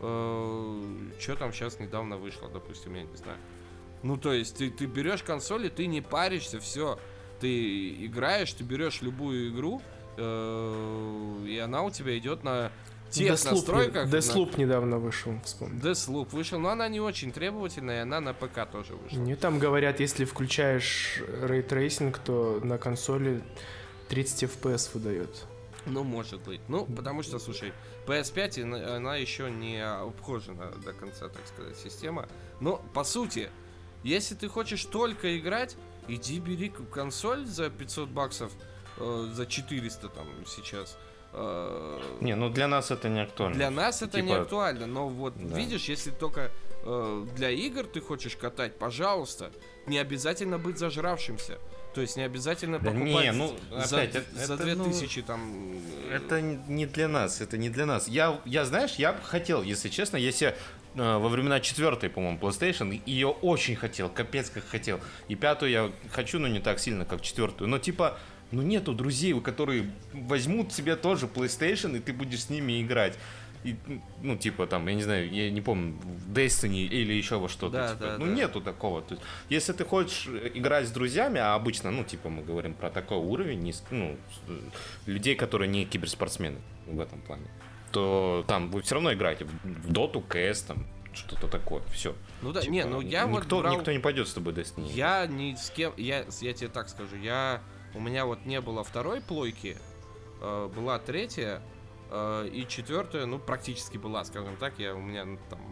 Что там сейчас недавно вышло, допустим, я не знаю. Ну, то есть, ты, ты берешь консоль, и ты не паришься, все. Ты играешь, ты берешь любую игру, э, и она у тебя идет на тех Deathloop настройках. Не, Deathloop на... недавно вышел, вспомнил. Deathloop вышел, но она не очень требовательная, и она на ПК тоже вышла. Не, там говорят, если включаешь рейтрейсинг, то на консоли тридцать эф пи эс выдает. Ну, может быть. Ну, потому что, слушай, пи эс пять, она еще не обхожена до конца, так сказать, система. Но, по сути, если ты хочешь только играть, иди бери консоль за пятьсот баксов, э, за четыреста там сейчас. Э, не, ну для нас это не актуально. Для нас это типа... не актуально, но вот да. видишь, если только э, для игр ты хочешь катать, пожалуйста, не обязательно быть зажравшимся. То есть не обязательно да покупать не, ну, за, опять, это, за две тысячи ну, там... Это не для нас, это не для нас. Я, я знаешь, я бы хотел, если честно, если э, во времена четвертой, по-моему, PlayStation, ее очень хотел, капец как хотел. И пятую я хочу, но не так сильно, как четвертую. Но типа, ну нету друзей, которые возьмут себе тоже PlayStation, и ты будешь с ними играть. И, ну, типа, там, я не знаю, я не помню, в Destiny или еще во что-то. Да, типа. да, ну, да. нету такого. То есть, если ты хочешь играть с друзьями, а обычно, ну, типа, мы говорим про такой уровень, не, ну, людей, которые не киберспортсмены в этом плане, то там вы все равно играете в Доту, КС, там, что-то такое, все. Ну да, типа, не, ну я никто, вот брал... никто не пойдет с тобой Destiny. Я ни с кем, я, я тебе так скажу, я, у меня вот не было второй плойки, э, была третья, и четвертая, ну, практически была, скажем так. Я у меня ну, там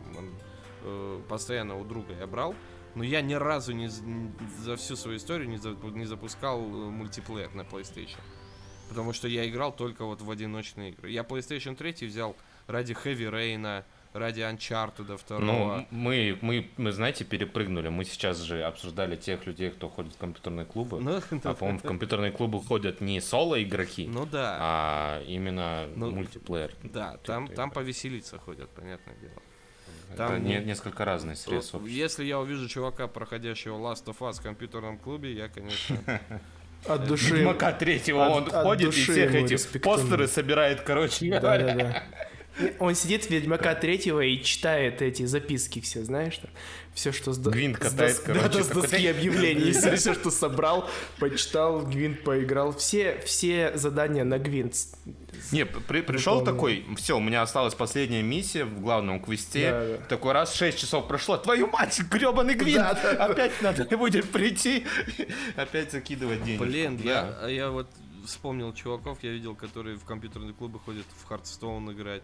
э, постоянно у друга я брал. Но я ни разу не, не за всю свою историю не, за, не запускал мультиплеер на PlayStation. Потому что я играл только вот в одиночные игры. Я PlayStation три взял ради Heavy Rain, ради Uncharted два. Ну, мы, мы, мы, знаете, перепрыгнули. Мы сейчас же обсуждали тех людей, кто ходит в компьютерные клубы. Ну, а, по-моему, в компьютерные клубы ходят не соло-игроки, ну, да. а именно ну, мультиплеер. Да, там, там повеселиться ходят, понятное дело. Там Это не, несколько разных средств. Если я увижу чувака, проходящего Last of Us в компьютерном клубе, я, конечно... От души. Ведьмака третьего он ходит и всех эти постеры собирает, короче. Да-да-да. Он сидит в Ведьмака третьего и читает эти записки все, знаешь, там, все, что с, до... Гвинт с, катает, дос... короче, да, с доски такой... объявлений, все, все, что собрал, почитал, Гвинт поиграл, все, все задания на Гвинт. Не, при, пришел такой, все, у меня осталась последняя миссия в главном квесте, да, да. такой раз, шесть часов прошло, твою мать, гребаный Гвинт, да, да, опять да. надо будет прийти, опять закидывать деньги. Блин, да. я, я вот вспомнил чуваков, я видел, которые в компьютерные клубы ходят в Хардстоун играть.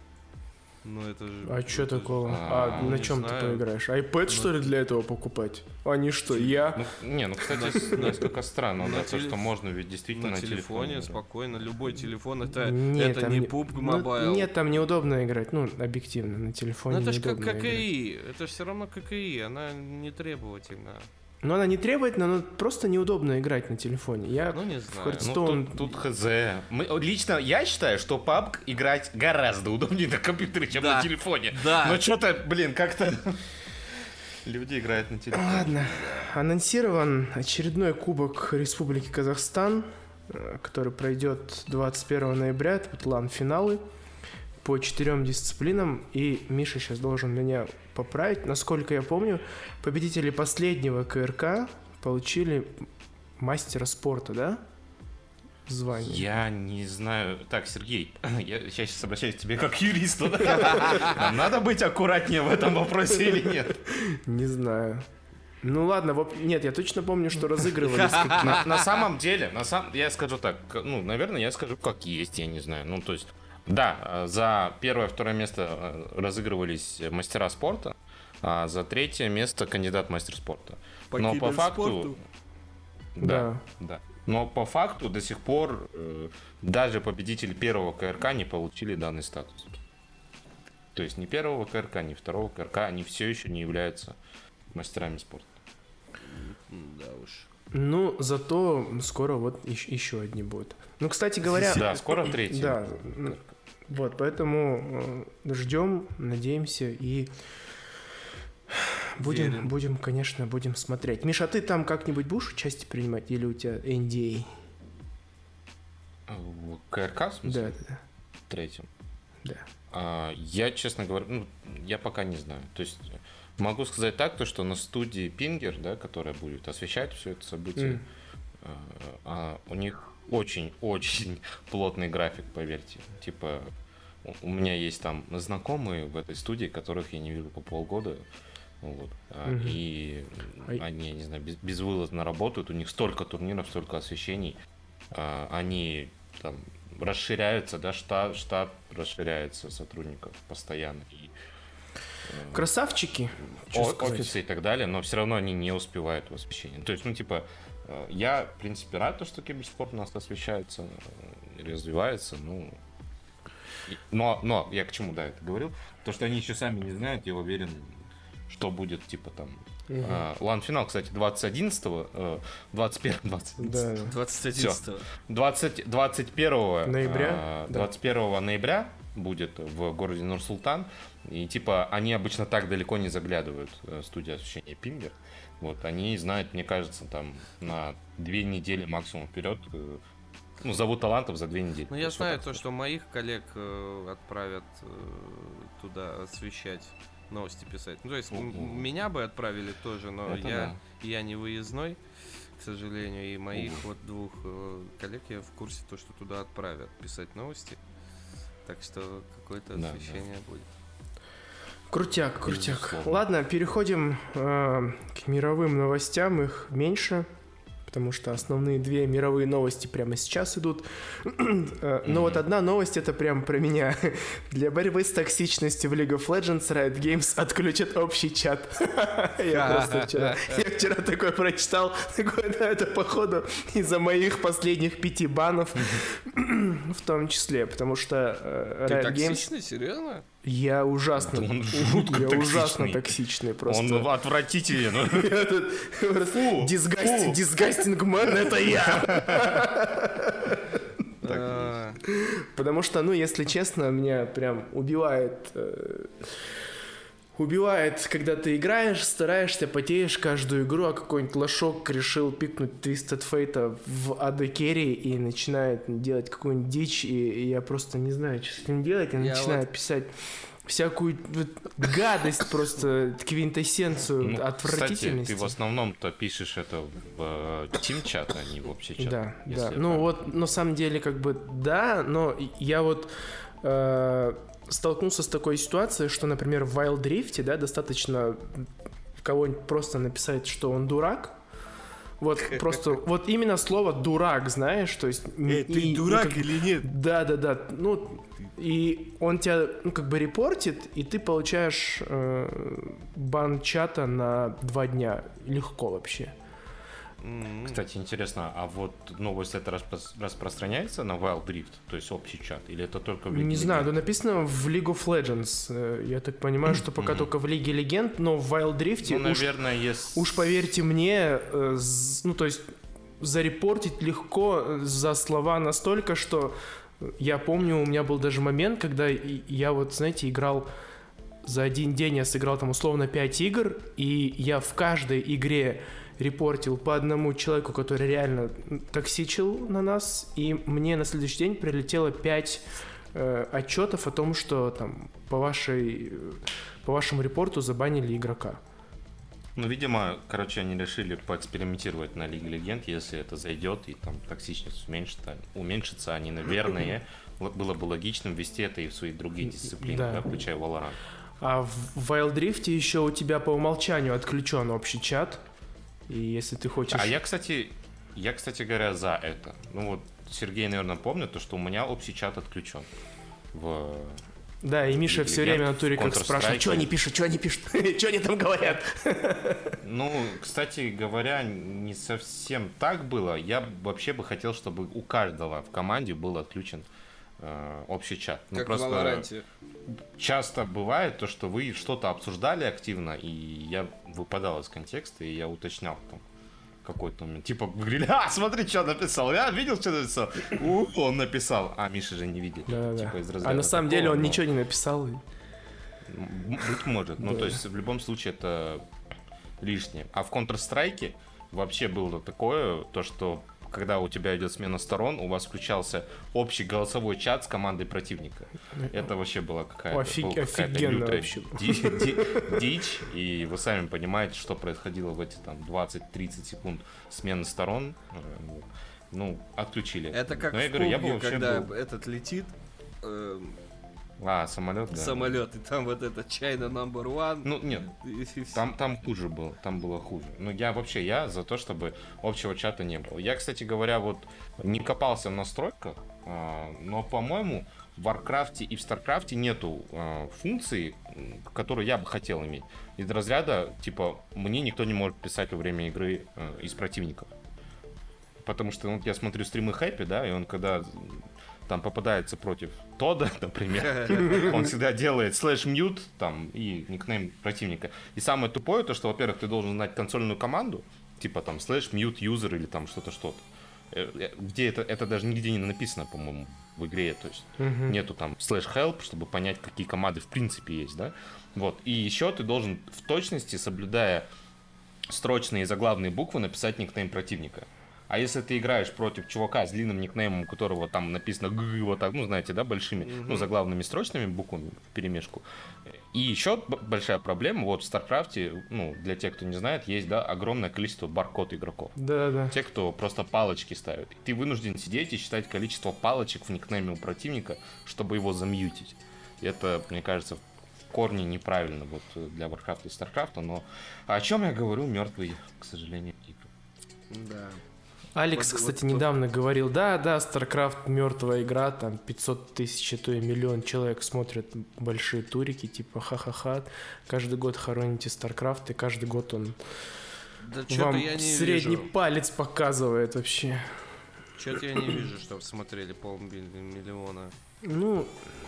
Ну это же... А это что такого? Же... А, ну, на чем ты знаю. поиграешь? iPad, что ли, для этого покупать? Они что, я? Ну, не, ну, кстати, несколько странно, да, то, что можно ведь действительно на на телефоне, телефоне. спокойно, любой телефон, это, нет, это не не... пабг ну, Mobile. Нет, там неудобно играть, ну, объективно, на телефоне Ну это же как неудобно ККИ, играть. это же все равно ККИ, она не требовательна. Но она не требовательна, но просто неудобно играть на телефоне. Я ну, не в знаю. Hearthstone... Ну, тут, тут хз. Мы, лично я считаю, что пабг играть гораздо удобнее на компьютере, чем да. на телефоне. Да. Но что-то, блин, как-то... Люди играют на телефоне. Ладно. Анонсирован очередной кубок Республики Казахстан, который пройдет двадцать первого ноября. Это вот лан-финалы по четырем дисциплинам. И Миша сейчас должен меня поправить. Насколько я помню, победители последнего КРК получили мастера спорта, да? Звание. Я не знаю. Так, Сергей, я сейчас обращаюсь к тебе как к юристу. Нам надо быть аккуратнее в этом вопросе или нет? Не знаю. Ну ладно, воп... нет, я точно помню, что разыгрывались какие-то... На, на самом деле, на сам... я скажу так, ну, наверное, я скажу как есть, я не знаю. Ну, то есть, да, за первое, второе место разыгрывались мастера спорта, а за третье место кандидат в мастер спорта. По Но по факту... спорту? Да, да. Но по факту до сих пор э, даже победители первого КРК не получили данный статус. То есть ни первого КРК, ни второго КРК, они все еще не являются мастерами спорта. Да уж. Ну, зато скоро вот еще, еще одни будут. Ну, кстати говоря... Да, скоро третий. Да, вот, поэтому ждем, надеемся и будем, будем, конечно, будем смотреть. Миша, а ты там как-нибудь будешь участие принимать или у тебя эн ди эй? В КРК, в смысле? Да, да, да. Третьем? Да. А, я, честно говоря, ну, я пока не знаю. То есть могу сказать так, то, что на студии Пингер, да, которая будет освещать все это событие, mm. а, а, у них очень-очень плотный график, поверьте. Типа, у меня есть там знакомые в этой студии, которых я не видел по полгода. Вот. Mm-hmm. И они, я не знаю, без, безвылазно работают. У них столько турниров, столько освещений. А, они там расширяются, да, штат, штат расширяется сотрудников постоянно. И, красавчики, о, офисы и так далее, но все равно они не успевают в освещении. То есть, ну, типа, я, в принципе, рад, что киберспорт у нас освещается, развивается, ну... Но, но я к чему, да, это говорил? То, что они еще сами не знают, я уверен, что будет, типа, там... Uh-huh. А, лан-финал, кстати, двадцать одиннадцатого, двадцать первого, двадцать одиннадцатого. Да. двадцать одиннадцатого. двадцать, двадцать первого ноября, а, двадцать первого ноября будет в городе Нур-Султан. И типа они обычно так далеко не заглядывают, студия освещения Пингер. Вот, они знают, мне кажется, там на две недели максимум вперед. Ну, зовут талантов за две недели. Ну, я то знаю то, сказать. Что моих коллег э, отправят э, туда освещать, новости писать. Ну, то есть м- меня бы отправили тоже, но я, да. я не выездной, к сожалению, и моих У-у. вот двух э, коллег я в курсе то, что туда отправят писать новости. Так что какое-то да, освещение да. будет. Крутяк, крутяк. Безусловно. Ладно, переходим э, к мировым новостям. Их меньше, потому что основные две мировые новости прямо сейчас идут. Но mm-hmm. вот одна новость, это прям про меня. Для борьбы с токсичностью в League of Legends Riot Games отключат общий чат. Я просто вчера, я вчера такой прочитал, такой, да, это походу из-за моих последних пяти банов, в том числе, потому что uh, Riot Games... Ты токсичный, серьезно? Я ужасно, он жутко я токсичный. ужасно токсичный просто. Он отвратителен. Disgusting man, это я. Потому что, ну, если честно, меня прям убивает убивает, когда ты играешь, стараешься, потеешь каждую игру, а какой-нибудь лошок решил пикнуть Twisted Fate в эй ди керри и начинает делать какую-нибудь дичь, и, и я просто не знаю, что с ним делать, и Я начинаю вот... писать всякую вот, гадость, просто квинтэссенцию Ну, отвратительности. Кстати, ты в основном-то пишешь это в тим-чат, а не в общий чат. Да, да. я Ну прав. вот, на самом деле, как бы, да, но я вот э, столкнулся с такой ситуацией, что, например, в Wild Rift, да, достаточно кого-нибудь просто написать, что он дурак. Вот просто, вот именно слово «дурак», знаешь, то есть... Эй, и- ты и дурак как- или нет? Да, да, да. Ну, и он тебя, ну, как бы репортит, и ты получаешь э, бан чата на два дня. Легко вообще. М-м. Кстати, интересно, а вот новость это распро- распространяется на Wild Rift, то есть общий чат, или это только в Лиге Не знаю, Легенд? тут написано в League of Legends. Э, Я так понимаю, что пока Мгм. только в Лиге Легенд, но в Wild Rift Ну, уж, наверное, если... уж поверьте мне, э, з- ну, то есть зарепортить легко э, за слова настолько, что я помню, у меня был даже момент, когда и- я вот, знаете, играл за один день, я сыграл там условно пять игр, и я в каждой игре репортил по одному человеку, который реально токсичил на нас, и мне на следующий день прилетело пять э, отчетов о том, что там по вашей э, по вашему репорту забанили игрока. Ну, видимо, короче, они решили поэкспериментировать на Лиге Легенд, если это зайдет и там токсичность уменьшится, уменьшится, они, наверное, л- было бы логичным ввести это и в свои другие дисциплины, Да. да, включая Valorant. А в Wild Rift еще у тебя по умолчанию отключен общий чат. И если ты хочешь... А я, кстати, я, кстати говоря, за это. Ну вот, Сергей, наверное, помнит, то, что у меня общий чат отключен. В... Да, и Миша Лиге все Легенд, время на туре как Counter-Strike. спрашивает, что они пишут, что они пишут, что они там говорят. Ну, кстати говоря, не совсем так было. Я вообще бы хотел, чтобы у каждого в команде был отключен э, общий чат. Ну, Как в просто Валоранте. часто бывает то, что вы что-то обсуждали активно, и я выпадал из контекста, и я уточнял там какой-то момент. Типа, вы говорили, а, смотри, что написал. Я видел, что написал. У, он написал. А, Миша же не видит. Да-да-да. Типа, из А разряда на самом такого, деле он но- ничего не написал. М, Быть может. Ну, Да. то есть, в любом случае, это лишнее. А в Counter-Strike вообще было такое, то, что когда у тебя идет смена сторон, у вас включался общий голосовой чат с командой противника. Это вообще была какая-то, Офиг- была какая-то офигенно лютая вообще. ди- ди- дичь, и вы сами понимаете, что происходило в эти там двадцать-тридцать секунд смены сторон. Э, Ну, отключили. Это как Но я в говорю, я бы пубге, вообще когда был- этот летит э, А, самолет, да. самолет, и там вот это China number one. Ну, нет, и- и всё. Там, там хуже было, там было хуже. Ну, я вообще, я за то, чтобы общего чата не было. Я, кстати говоря, вот не копался в настройках, а, но, по-моему, в Warcraft и в StarCraft нету а, функции, м, которую я бы хотел иметь. Из разряда, типа, мне никто не может писать во время игры а, из противников. Потому что, ну, вот я смотрю стримы Хэппи, да, и он когда там попадается против Тода, например, он всегда делает слэш-мьют там и никнейм противника. И самое тупое, то, что, во-первых, ты должен знать консольную команду, типа там слэш-мьют юзер или там что-то, что-то. Э, э, Где это, это даже нигде не написано, по-моему, в игре, то есть Мгм. нету там слэш-help, чтобы понять, какие команды в принципе есть, да. Вот. И еще ты должен в точности, соблюдая строчные и заглавные буквы, написать никнейм противника. А если ты играешь против чувака с длинным никнеймом, у которого там написано г вот так, ну, знаете, да, большими, ну, заглавными строчными буквами в перемешку. И еще б- большая проблема, вот в Старкрафте, ну, для тех, кто не знает, есть, да, огромное количество баркод игроков. Да-да. Те, кто просто палочки ставят. И ты вынужден сидеть и считать количество палочек в никнейме у противника, чтобы его замьютить. И это, мне кажется, в корне неправильно вот для Warcraft и Starcraft, но о чем я говорю, мертвый, к сожалению, игры. Да. Алекс, Вот- кстати, вот- недавно говорил, да, да, StarCraft мертвая игра, там пятьсот тысяч, а то и миллион человек смотрят большие турики, типа ха-ха-ха, каждый год хороните StarCraft, и каждый год он Да что-то вам я не средний вижу. палец показывает вообще. Что-то я не вижу, чтобы смотрели полмиллиона. Ну,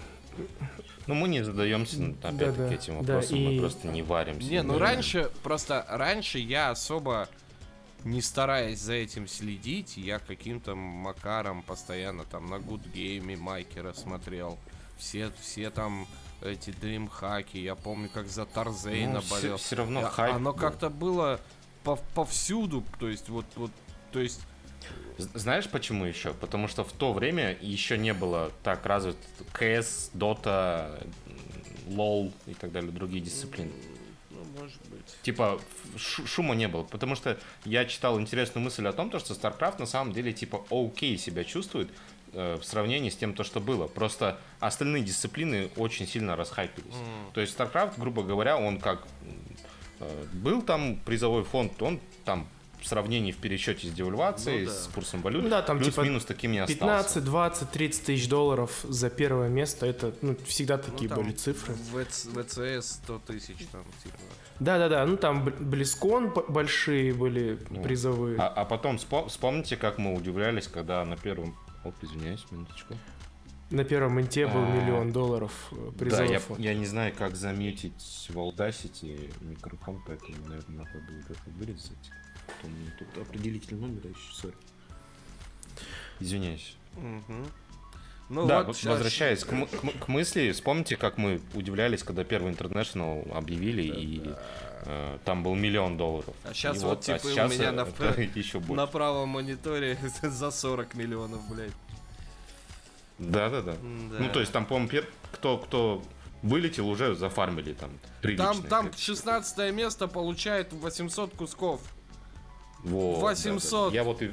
Ну, мы не задаемся, ну, опять-таки, Да-да, этим да, вопросом, и- мы просто не варимся. Не, ну не раньше, просто раньше я особо не стараясь за этим следить, я каким-то макаром постоянно там на Good Game Майкера смотрел. Все, все там эти дримхаки, я помню, как за Тарзейна ну, болел. Все, все равно Я, хайп Оно был. как-то было пов- повсюду, то есть вот, вот, то есть... Знаешь почему еще? Потому что в то время еще не было так развит КС, Дота, лол и так далее, другие дисциплины. Ну, может быть. Типа ш- шума не было, потому что я читал интересную мысль о том, что StarCraft на самом деле типа окей себя чувствует э, в сравнении с тем, то, что было. Просто остальные дисциплины очень сильно расхайпились. Mm. То есть StarCraft, грубо говоря, он как э, был там призовой фонд, он там в сравнении в пересчете с девальвацией, Ну да. с курсом валют, Ну да, там типа плюс-минус таким не остался. пятнадцать, двадцать, тридцать тысяч долларов за первое место, это ну, всегда такие Ну, там были цифры. В ВЦС сто тысяч там, типа. Да-да-да, ну там Близкон большие были Ну, призовые. А, а потом спо- вспомните, как мы удивлялись, когда на первом... Оп, извиняюсь, минуточку. На первом инте был А, миллион долларов э, Да, призовой я, фонд. я не знаю, как замьютить в Audacity микрофон, поэтому, наверное, надо будет это вырезать. Потом мне тут определитель номера еще, сори. Извиняюсь. Мгм. Ну да, вот вот щас- возвращаясь к, м- к м- к мысли, вспомните, как мы удивлялись, когда первый International объявили, и э, там был миллион долларов. А щас И вот типа у щас меня на это ф- еще больше. На правом мониторе за сорок миллионов, блядь. Да-да-да. Да. Ну, то есть там, по-моему, пер- кто, кто вылетел, уже зафармили там приличное Там, там количество. шестнадцатое место получает восемьсот кусков. Вот, восемьсот. да-да. Я вот и...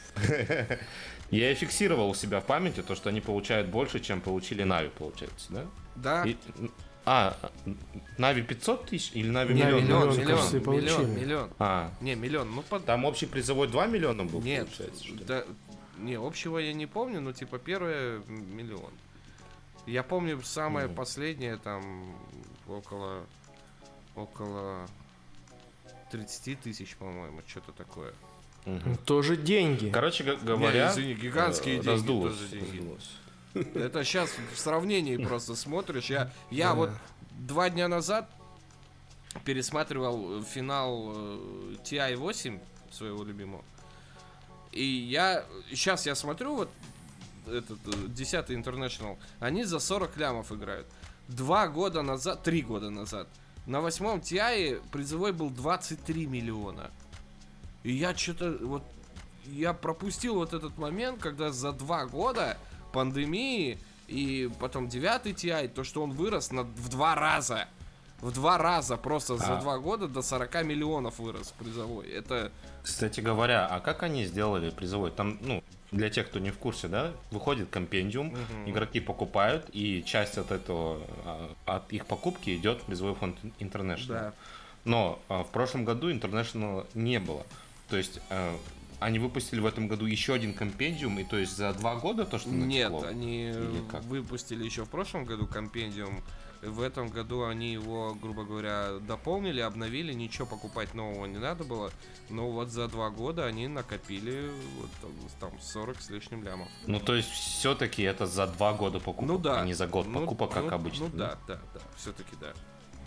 Я и фиксировал у себя в памяти то, что они получают больше, чем получили Нави, получается, да? Да? И- А, Нави пятьсот тысяч или Нави Нави миллион? миллион, Миллион, кажется, и миллион, миллион, получили. миллион. А, Не, миллион, ну под... там общий призовой два миллиона был, Нет, получается, что ли? да, не, общего я не помню, но типа первое м, миллион. Я помню самое Мгм. последнее там около около тридцать тысяч, по-моему, что-то такое. Мгм. Ну, тоже деньги. Короче г- говоря, Не, извини, гигантские э, деньги, раздулось, тоже деньги. раздулось. Это сейчас в сравнении просто смотришь. Я, я Да. вот два дня назад пересматривал финал э, ти ай восемь своего любимого. И я сейчас я смотрю вот этот десятый International, они за сорок лямов играют. Два года назад, три года назад, на восьмом ти ай призовой был двадцать три миллиона. И я что-то вот я пропустил вот этот момент, когда за два года пандемии и потом девятый ти ай, то, что он вырос на, в два раза. В два раза просто за А. два года до сорока миллионов вырос призовой. Это... Кстати говоря, а как они сделали призовой? Там, ну, для тех, кто не в курсе, да, выходит компендиум, Мгм. игроки покупают, и часть от этого, а, от их покупки идет в призовой фонд International. Да. Но а, в прошлом году International не было. То есть а, они выпустили в этом году еще один компендиум, и то есть за два года то, что Нет, натекло? они Или как? выпустили еще в прошлом году компендиум. В этом году они его, грубо говоря, дополнили, обновили, ничего покупать нового не надо было. Но вот за два года они накопили вот там, там сорок с лишним лямов. Ну, то есть все-таки это за два года покупок, Ну да. а не за год Ну, покупок, как ну, обычно. Ну да, да, да, все-таки да.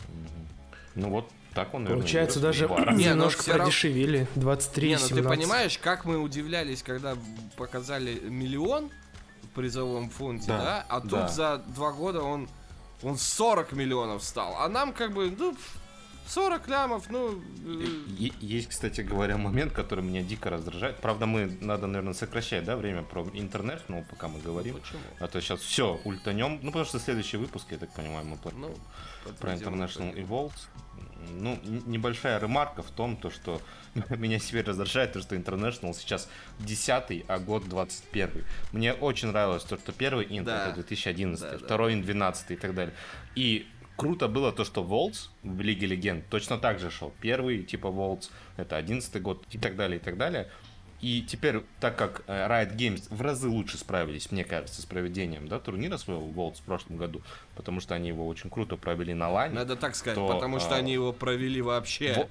Ну вот так он, наверное, Получается, вырос в даже два раза. Не, но немножко всё равно- продешевили. двадцать три, Не, ну ты семнадцать. понимаешь, как мы удивлялись, когда показали миллион в призовом фонде, да? Да, А тут да. за два года он, он сорок миллионов стал. А нам как бы, ну, сорок лямов, ну... э, Е- Есть, кстати говоря, момент, который меня дико раздражает. Правда, мы надо, наверное, сокращать, да, время про интернет, ну, пока мы говорим. Почему? А то сейчас все ультанем. Ну, потому что следующий выпуск, я так понимаю, мы планируем Ну, про подведем International итоги. Evolves. Ну, н- небольшая ремарка в том, то, что меня теперь раздражает, то, что International сейчас десятый, а год двадцать первый. Мне очень нравилось то, что первый инт Да. это две тысячи одиннадцатый, Да, да. второй инт двенадцатый и так далее. И круто было то, что Волтс в Лиге Легенд точно так же шел. Первый, типа Волтс, это одиннадцатый год и так далее, и так далее. И теперь, так как э, Riot Games в разы лучше справились, мне кажется, с проведением, да, турнира своего Волтс в прошлом году, потому что они его очень круто провели на лане. Надо так сказать, то, потому что а, они его провели вообще. Во-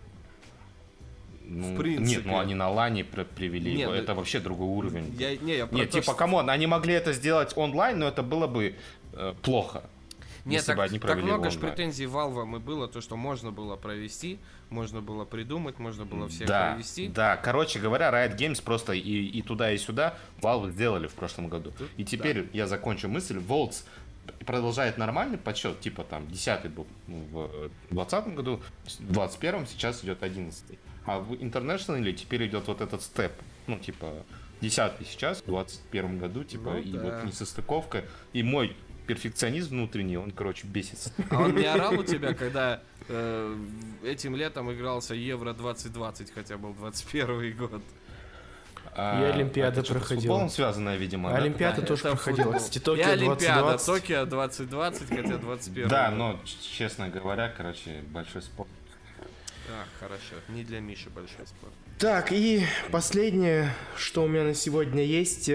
Ну, В принципе. Нет, ну они на лане пр- привели Нет, его, ну, это вообще другой уровень. Я, не, я про Нет, то, типа, что- камон, они могли это сделать онлайн, но это было бы э, плохо. Нет, если так, бы они так провели его много же онлайн. претензий Valve и было, то, что можно было провести, можно было придумать, можно было всех Да, провести. да, короче говоря, Riot Games просто и, и туда, и сюда Valve сделали в прошлом году. И теперь я закончу мысль. Волтс продолжает нормальный подсчет, типа там десятый был в двадцатом году, в двадцать первом сейчас идет одиннадцатый. А в International теперь идет вот этот степ, ну типа десятый сейчас, в двадцать первом году, типа, ну, и да. Вот несостыковка, и мой перфекционизм внутренний, он, короче, бесится. А он не орал у тебя, когда э, этим летом игрался Евро двадцать двадцать, хотя был двадцать первый год? А, и Олимпиада это проходила. С футболом связанная, видимо, да? Олимпиада да, тоже проходила. Кстати, Токио и Олимпиада, двадцать двадцать. Токио двадцать двадцать, хотя двадцать первый. Да, но, честно говоря, короче, большой спорт. А, хорошо. Не для Миши большой спорт. Так, и последнее, что у меня на сегодня есть.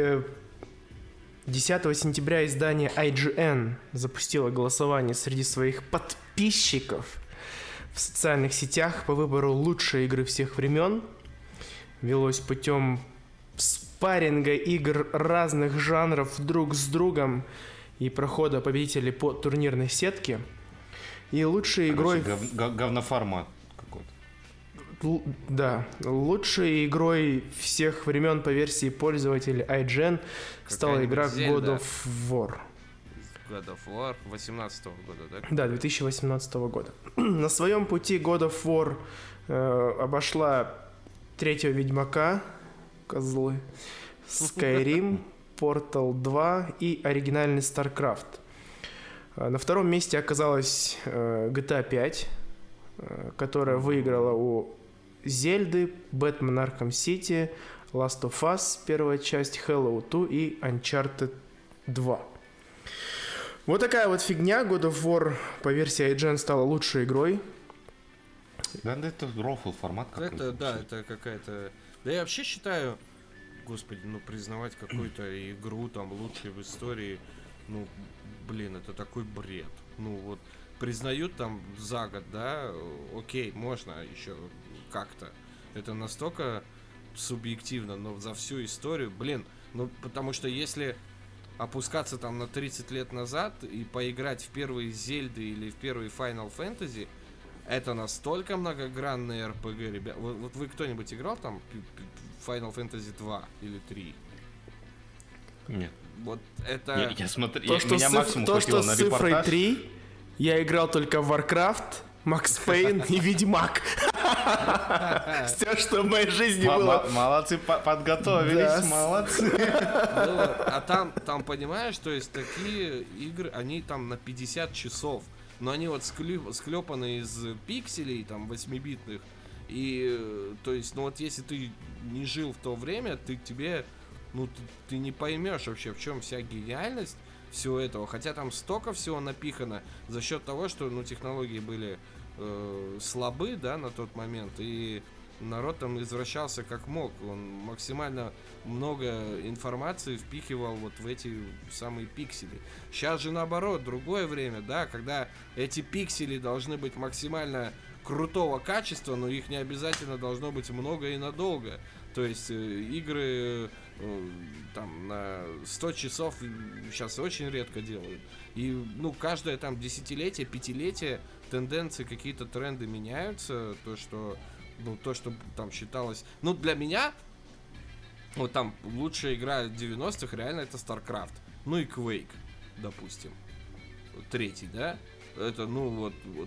десятого сентября издание ай джи эн запустило голосование среди своих подписчиков в социальных сетях по выбору лучшей игры всех времен. Велось путем спарринга игр разных жанров друг с другом и прохода победителей по турнирной сетке. И лучшей игрой... Гов- гов- говноформат какой-то. Л- да, лучшей игрой всех времен по версии пользователей ай джи эн стала игра God of War. God of War восемнадцатого года, да? Да, две тысячи восемнадцатого года. На своем пути God of War э, обошла третьего Ведьмака, козлы, Skyrim, Portal два и оригинальный StarCraft. На втором месте оказалась э, джи ти эй пять, э, которая выиграла у Зельды, Batman Arkham City, Last of Us, первая часть, Halo два и Uncharted два. Вот такая вот фигня. God of War по версии ай джи эн стала лучшей игрой. Да, да, это рофл формат какой-то. Это, да, это какая-то... Да я вообще считаю, господи, ну признавать какую-то игру там лучшей в истории, ну, блин, это такой бред. Ну вот, признают там за год, да, окей, можно еще как-то. Это настолько субъективно, но за всю историю, блин, ну потому что если опускаться там на тридцать лет назад и поиграть в первые Зельды или в первые Final Fantasy, это настолько многогранный эр пи джи, ребят. Вот, вот вы кто-нибудь играл там Final Fantasy два или три? Нет. Вот это... Я, я смотрю, то, я, что меня с, максимум то, хватило что на с цифрой репортаж. три, я играл только в Warcraft, Макс Пейн и Ведьмак. Все, что в моей жизни было. Молодцы, подготовились, молодцы. А там, там, понимаешь, то есть такие игры, они там на пятьдесят часов, но они вот склепаны из пикселей, там, восьмибитных. И, то есть, ну вот если ты не жил в то время, ты тебе, ну, ты, ты не поймешь вообще, в чем вся гениальность всего этого. Хотя там столько всего напихано за счет того, что, ну, технологии были э, слабы, да, на тот момент, и народ там извращался как мог. Он максимально много информации впихивал вот в эти самые пиксели. Сейчас же наоборот, другое время, да, когда эти пиксели должны быть максимально крутого качества, но их не обязательно должно быть много и надолго. То есть э, игры э, там на сто часов сейчас очень редко делают. И ну каждое там десятилетие, пятилетие тенденции, какие-то тренды меняются. То, что ну то, что там считалось... Ну для меня вот там лучшая игра девяностых реально это StarCraft. Ну и Quake, допустим. Третий, да? Это ну вот... вот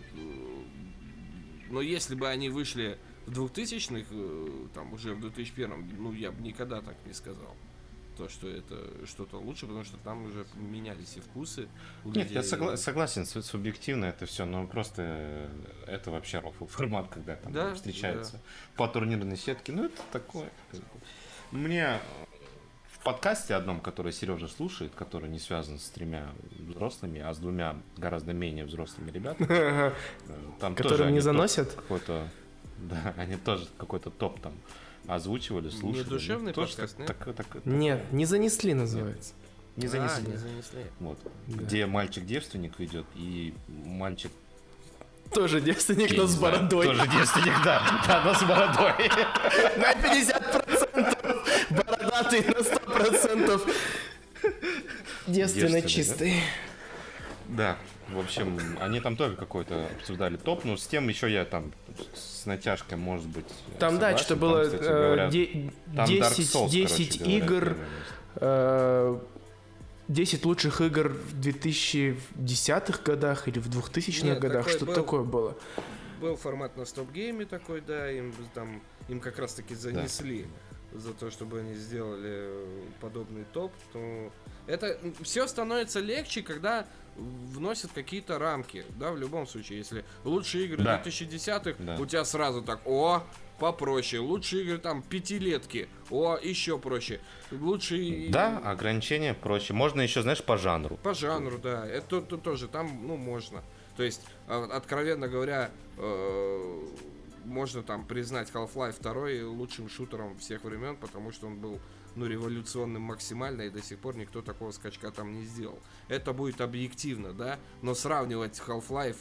но если бы они вышли в двухтысячных, там уже в две тысячи первом, ну я бы никогда так не сказал. То, что это что-то лучше, потому что там уже менялись и вкусы у Нет, людей. я согла- согласен, субъективно это все, но просто это вообще рофл формат, когда там да, встречаются да. по турнирной сетке. Ну это такое. Мне в подкасте одном, который Сережа слушает, который не связан с тремя взрослыми, а с двумя гораздо менее взрослыми ребятами, там которые не заносят? Какой-то, да, они тоже какой-то топ там озвучивали, слушали. Не душевный ну, подкаст, нет? Так, так, так, Нет, не занесли называется. Не а, занесли. не занесли. Вот. Да. Где мальчик-девственник ведет и мальчик... Тоже девственник, Я но не с знаю, бородой. Тоже девственник, да. Да, но с бородой. На пятьдесят процентов бородатый, на сто процентов девственно Девственный, чистый. Да, в общем, они там тоже какой-то обсуждали топ, но с тем еще я там с натяжкой, может быть, Там, да, согласен. что Там, было кстати э, говоря, де- там Dark десять, Souls, десять короче говоря, игр, первое место. э, десять лучших игр в две тысячи десятых годах или в двухтысячных Нет, годах, такой что был. такое было. Был формат на стоп-гейме такой, да, им там им как раз таки занесли да. за то, чтобы они сделали подобный топ. То это все становится легче, когда вносят какие-то рамки, да, в любом случае. Если лучшие игры да. две тысячи десятых, да. у тебя сразу так, о, попроще. Лучшие игры там пятилетки, о, еще проще. Лучшие... Да, ограничения проще. Можно еще, знаешь, по жанру. По жанру, да. Это то, тоже, там, ну, можно. То есть, откровенно говоря, э, можно там признать Half-Life два лучшим шутером всех времен, потому что он был, ну, революционным максимально, и до сих пор никто такого скачка там не сделал. Это будет объективно, да, но сравнивать Half-Life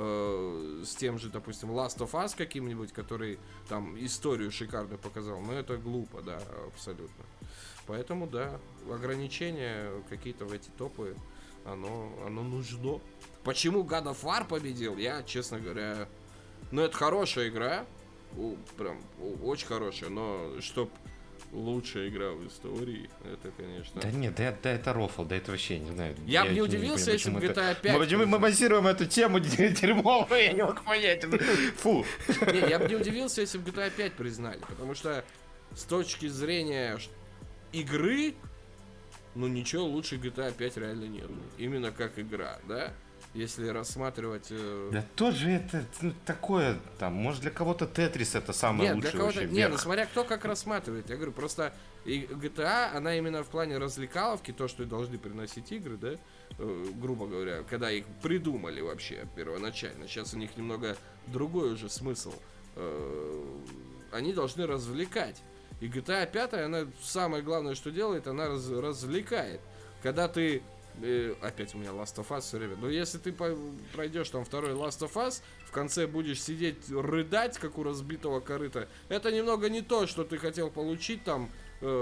э, с тем же, допустим, Last of Us каким-нибудь, который там историю шикарно показал, ну, это глупо, да, абсолютно. Поэтому, да, ограничения какие-то в эти топы, оно, оно нужно. Почему God of War победил, я, честно говоря... Ну, это хорошая игра. У, прям у, очень хорошая. Но чтоб лучшая игра в истории, это, конечно... Да нет, да, да это рофл, да это вообще, не знаю. Я, я бы не удивился, если бы джи ти эй пять... Мы, мы, мы базируем эту тему дерьмовую, я не мог понять. Фу. Не, я бы не удивился, если бы джи ти эй пять признали. Потому что с точки зрения игры, ну, ничего лучше джи ти эй пять реально нет. Именно как игра, да? Если рассматривать... Э... Да тоже это ну, такое, там, может для кого-то Тетрис это самое нет, лучшее для кого-то... вообще. Нет, ну смотря кто как рассматривает. Я говорю, просто джи ти эй, она именно в плане развлекаловки, то, что и должны приносить игры, да, э, грубо говоря, когда их придумали вообще первоначально. Сейчас у них немного другой уже смысл. Э, они должны развлекать. И джи ти эй пять, она самое главное, что делает, она раз, развлекает. Когда ты... Опять у меня Last of Us все время. Но если ты пройдешь там второй Last of Us, в конце будешь сидеть рыдать, как у разбитого корыта, это немного не то, что ты хотел получить там,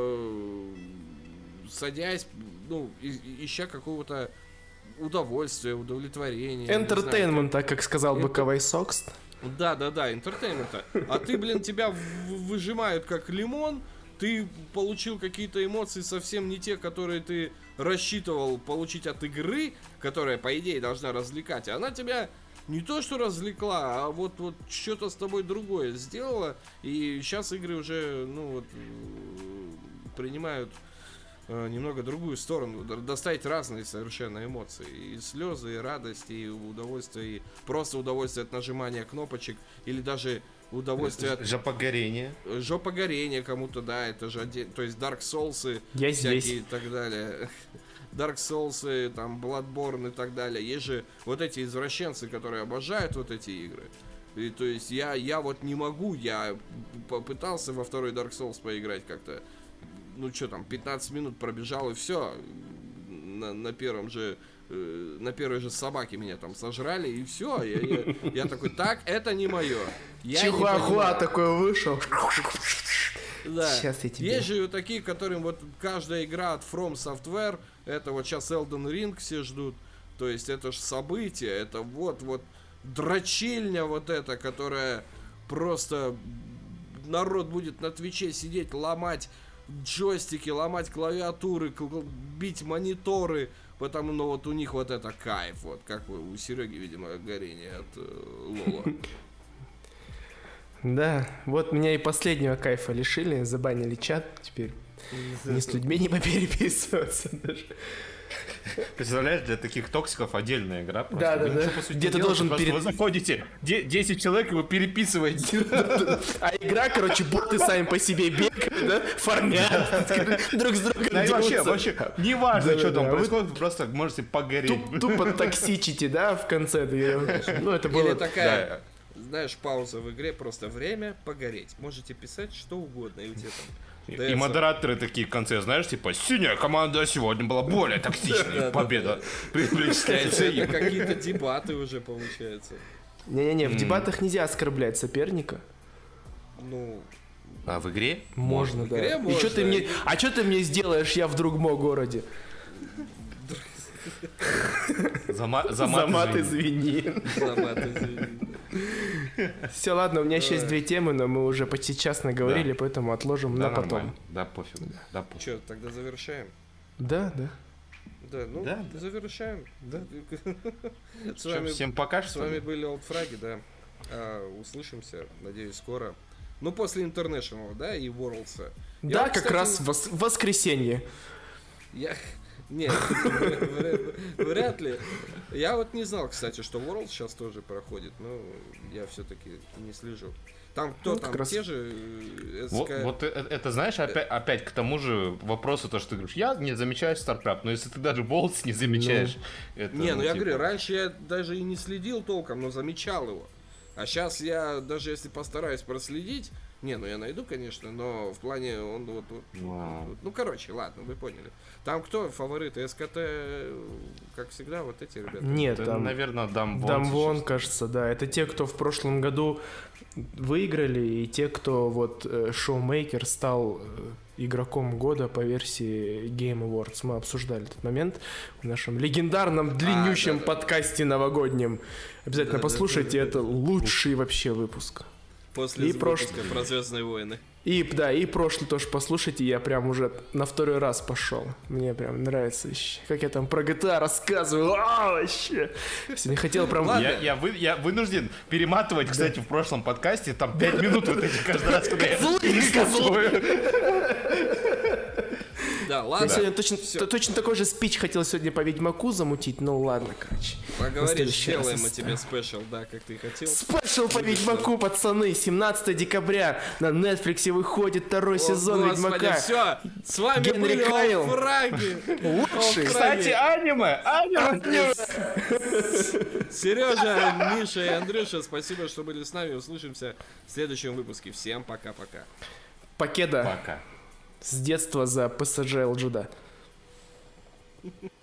э, садясь, ну, и, ища какого-то удовольствия, удовлетворения. Entertainment, так как сказал бы Кавай Сокс. Да, да, да, интертеймента. А ты, блин, тебя выжимают как лимон. Ты получил какие-то эмоции совсем не те, которые ты рассчитывал получить от игры, которая, по идее, должна развлекать. Она тебя не то что развлекла, а вот, вот что-то с тобой другое сделала. И сейчас игры уже, ну вот, принимают э, немного другую сторону. Доставить разные совершенно эмоции. И слезы, и радость, и удовольствие, и просто удовольствие от нажимания кнопочек. Или даже... удовольствие от... Жопогорение. Жопогорение кому-то, да, это же отдельно. То есть Dark Souls Я всякие здесь. и так далее. Dark Souls, там, Bloodborne и так далее. Есть же вот эти извращенцы, которые обожают вот эти игры. И то есть я, я вот не могу, я попытался во второй Dark Souls поиграть как-то. Ну что там, пятнадцать минут пробежал и все. На, на первом же... на первой же собаке меня там сожрали, и все. Я, я, я такой, так, это не мое. Чихуахуа такой вышел. Да. Сейчас я тебе... Есть же такие, которым вот каждая игра от From Software, это вот сейчас Elden Ring все ждут. То есть это же событие, это вот, вот дрочильня вот эта, которая просто народ будет на Твиче сидеть, ломать джойстики, ломать клавиатуры, бить мониторы. Потому, ну, вот у них вот это кайф, вот, как у Сереги, видимо, горение от э, Лола. Да, вот меня и последнего кайфа лишили, забанили чат, теперь ни с людьми не попереписываться даже. Представляешь, для таких токсиков отдельная игра. Просто. Да, да, да. Где ты должен перед... Вы заходите, десять человек, и вы переписываете. А игра, короче, боты сами по себе бегают, да, фармят, друг с другом дерутся. Вообще, вообще, неважно, что там происходит, вы просто можете погореть. Тупо токсичите, да, в конце. Ну, это было... Или такая, знаешь, пауза в игре, просто время погореть. Можете писать что угодно, и у тебя там... И модераторы такие в конце, знаешь, типа, синяя команда сегодня была более токсичной, победа причисляется им. Это какие-то дебаты уже получается. Не-не-не, в дебатах нельзя оскорблять соперника. Ну... А в игре? Можно, да. И что ты мне... А что ты мне сделаешь, я в другом городе? За мат извини. За мат извини. Все, ладно, у меня еще есть две темы, но мы уже почти час наговорили, да. Поэтому отложим да, на потом. Да, пофиг. Да, пофиг. Че, тогда завершаем? Да, да. Да, ну, Да, да. завершаем. Да. С вами, Всем пока, с что вами ли? были олдфраги, да. А, услышимся, надеюсь, скоро. Ну, после International, да, и Worlds. Да, вот, как кстати, раз в вос- воскресенье. Я... Нет, вряд ли. Я вот не знал, кстати, что World сейчас тоже проходит, но я все-таки не слежу. Там кто Ну, там, как раз- те же э, Вот, СК... вот это, это, знаешь, опять, опять к тому же вопросу, то, что ты говоришь, я не замечаю StarCraft, но если ты даже Болтс не замечаешь, это, Не, ну я типа, говорю, раньше я даже и не следил толком, но замечал его. А сейчас я, даже если постараюсь проследить, не, ну я найду, конечно, но в плане он вот, вот, Вау. вот- ну короче, ладно, вы поняли. Там кто фавориты? СКТ, как всегда, вот эти ребята. Нет, это, там... наверное, Дамвон. Дамвон, кажется, да. Это те, кто в прошлом году выиграли, и те, кто вот э, шоумейкер стал э, игроком года по версии Game Awards. Мы обсуждали этот момент в нашем легендарном длиннющем да, да. подкасте новогоднем. Обязательно Да, да, послушайте, да, да. это лучший вообще выпуск. После И выпуска прошлый. про Звездные войны. И да, и прошлый тоже послушайте, я прям уже на второй раз пошел. Мне прям нравится еще. Как я там про джи ти эй рассказываю. А, вообще. Сегодня хотел прям... Я, я, вы- я вынужден перематывать, кстати, в прошлом подкасте, там пять минут вот эти каждый раз, когда я Козлы, пересказываю. Да, Я ладно. сегодня точно, Всё. т- точно такой же спич хотел сегодня по Ведьмаку замутить, ну ладно, короче. На Поговоришь, следующий раз сделаем мы оставим. тебе спешл, да, как ты хотел. Спешл по Ведьмаку, пацаны, семнадцатого декабря на Netflix выходит второй сезон Ведьмака. Все, с вами Генри были Кавилл. олдфраги. Лучший. Кстати, аниме, аниме. Сережа, Миша и Андрюша, спасибо, что были с нами. Услышимся в следующем выпуске. Всем пока-пока. Покеда Пока. с детства за пэ эс джи эл джи ди.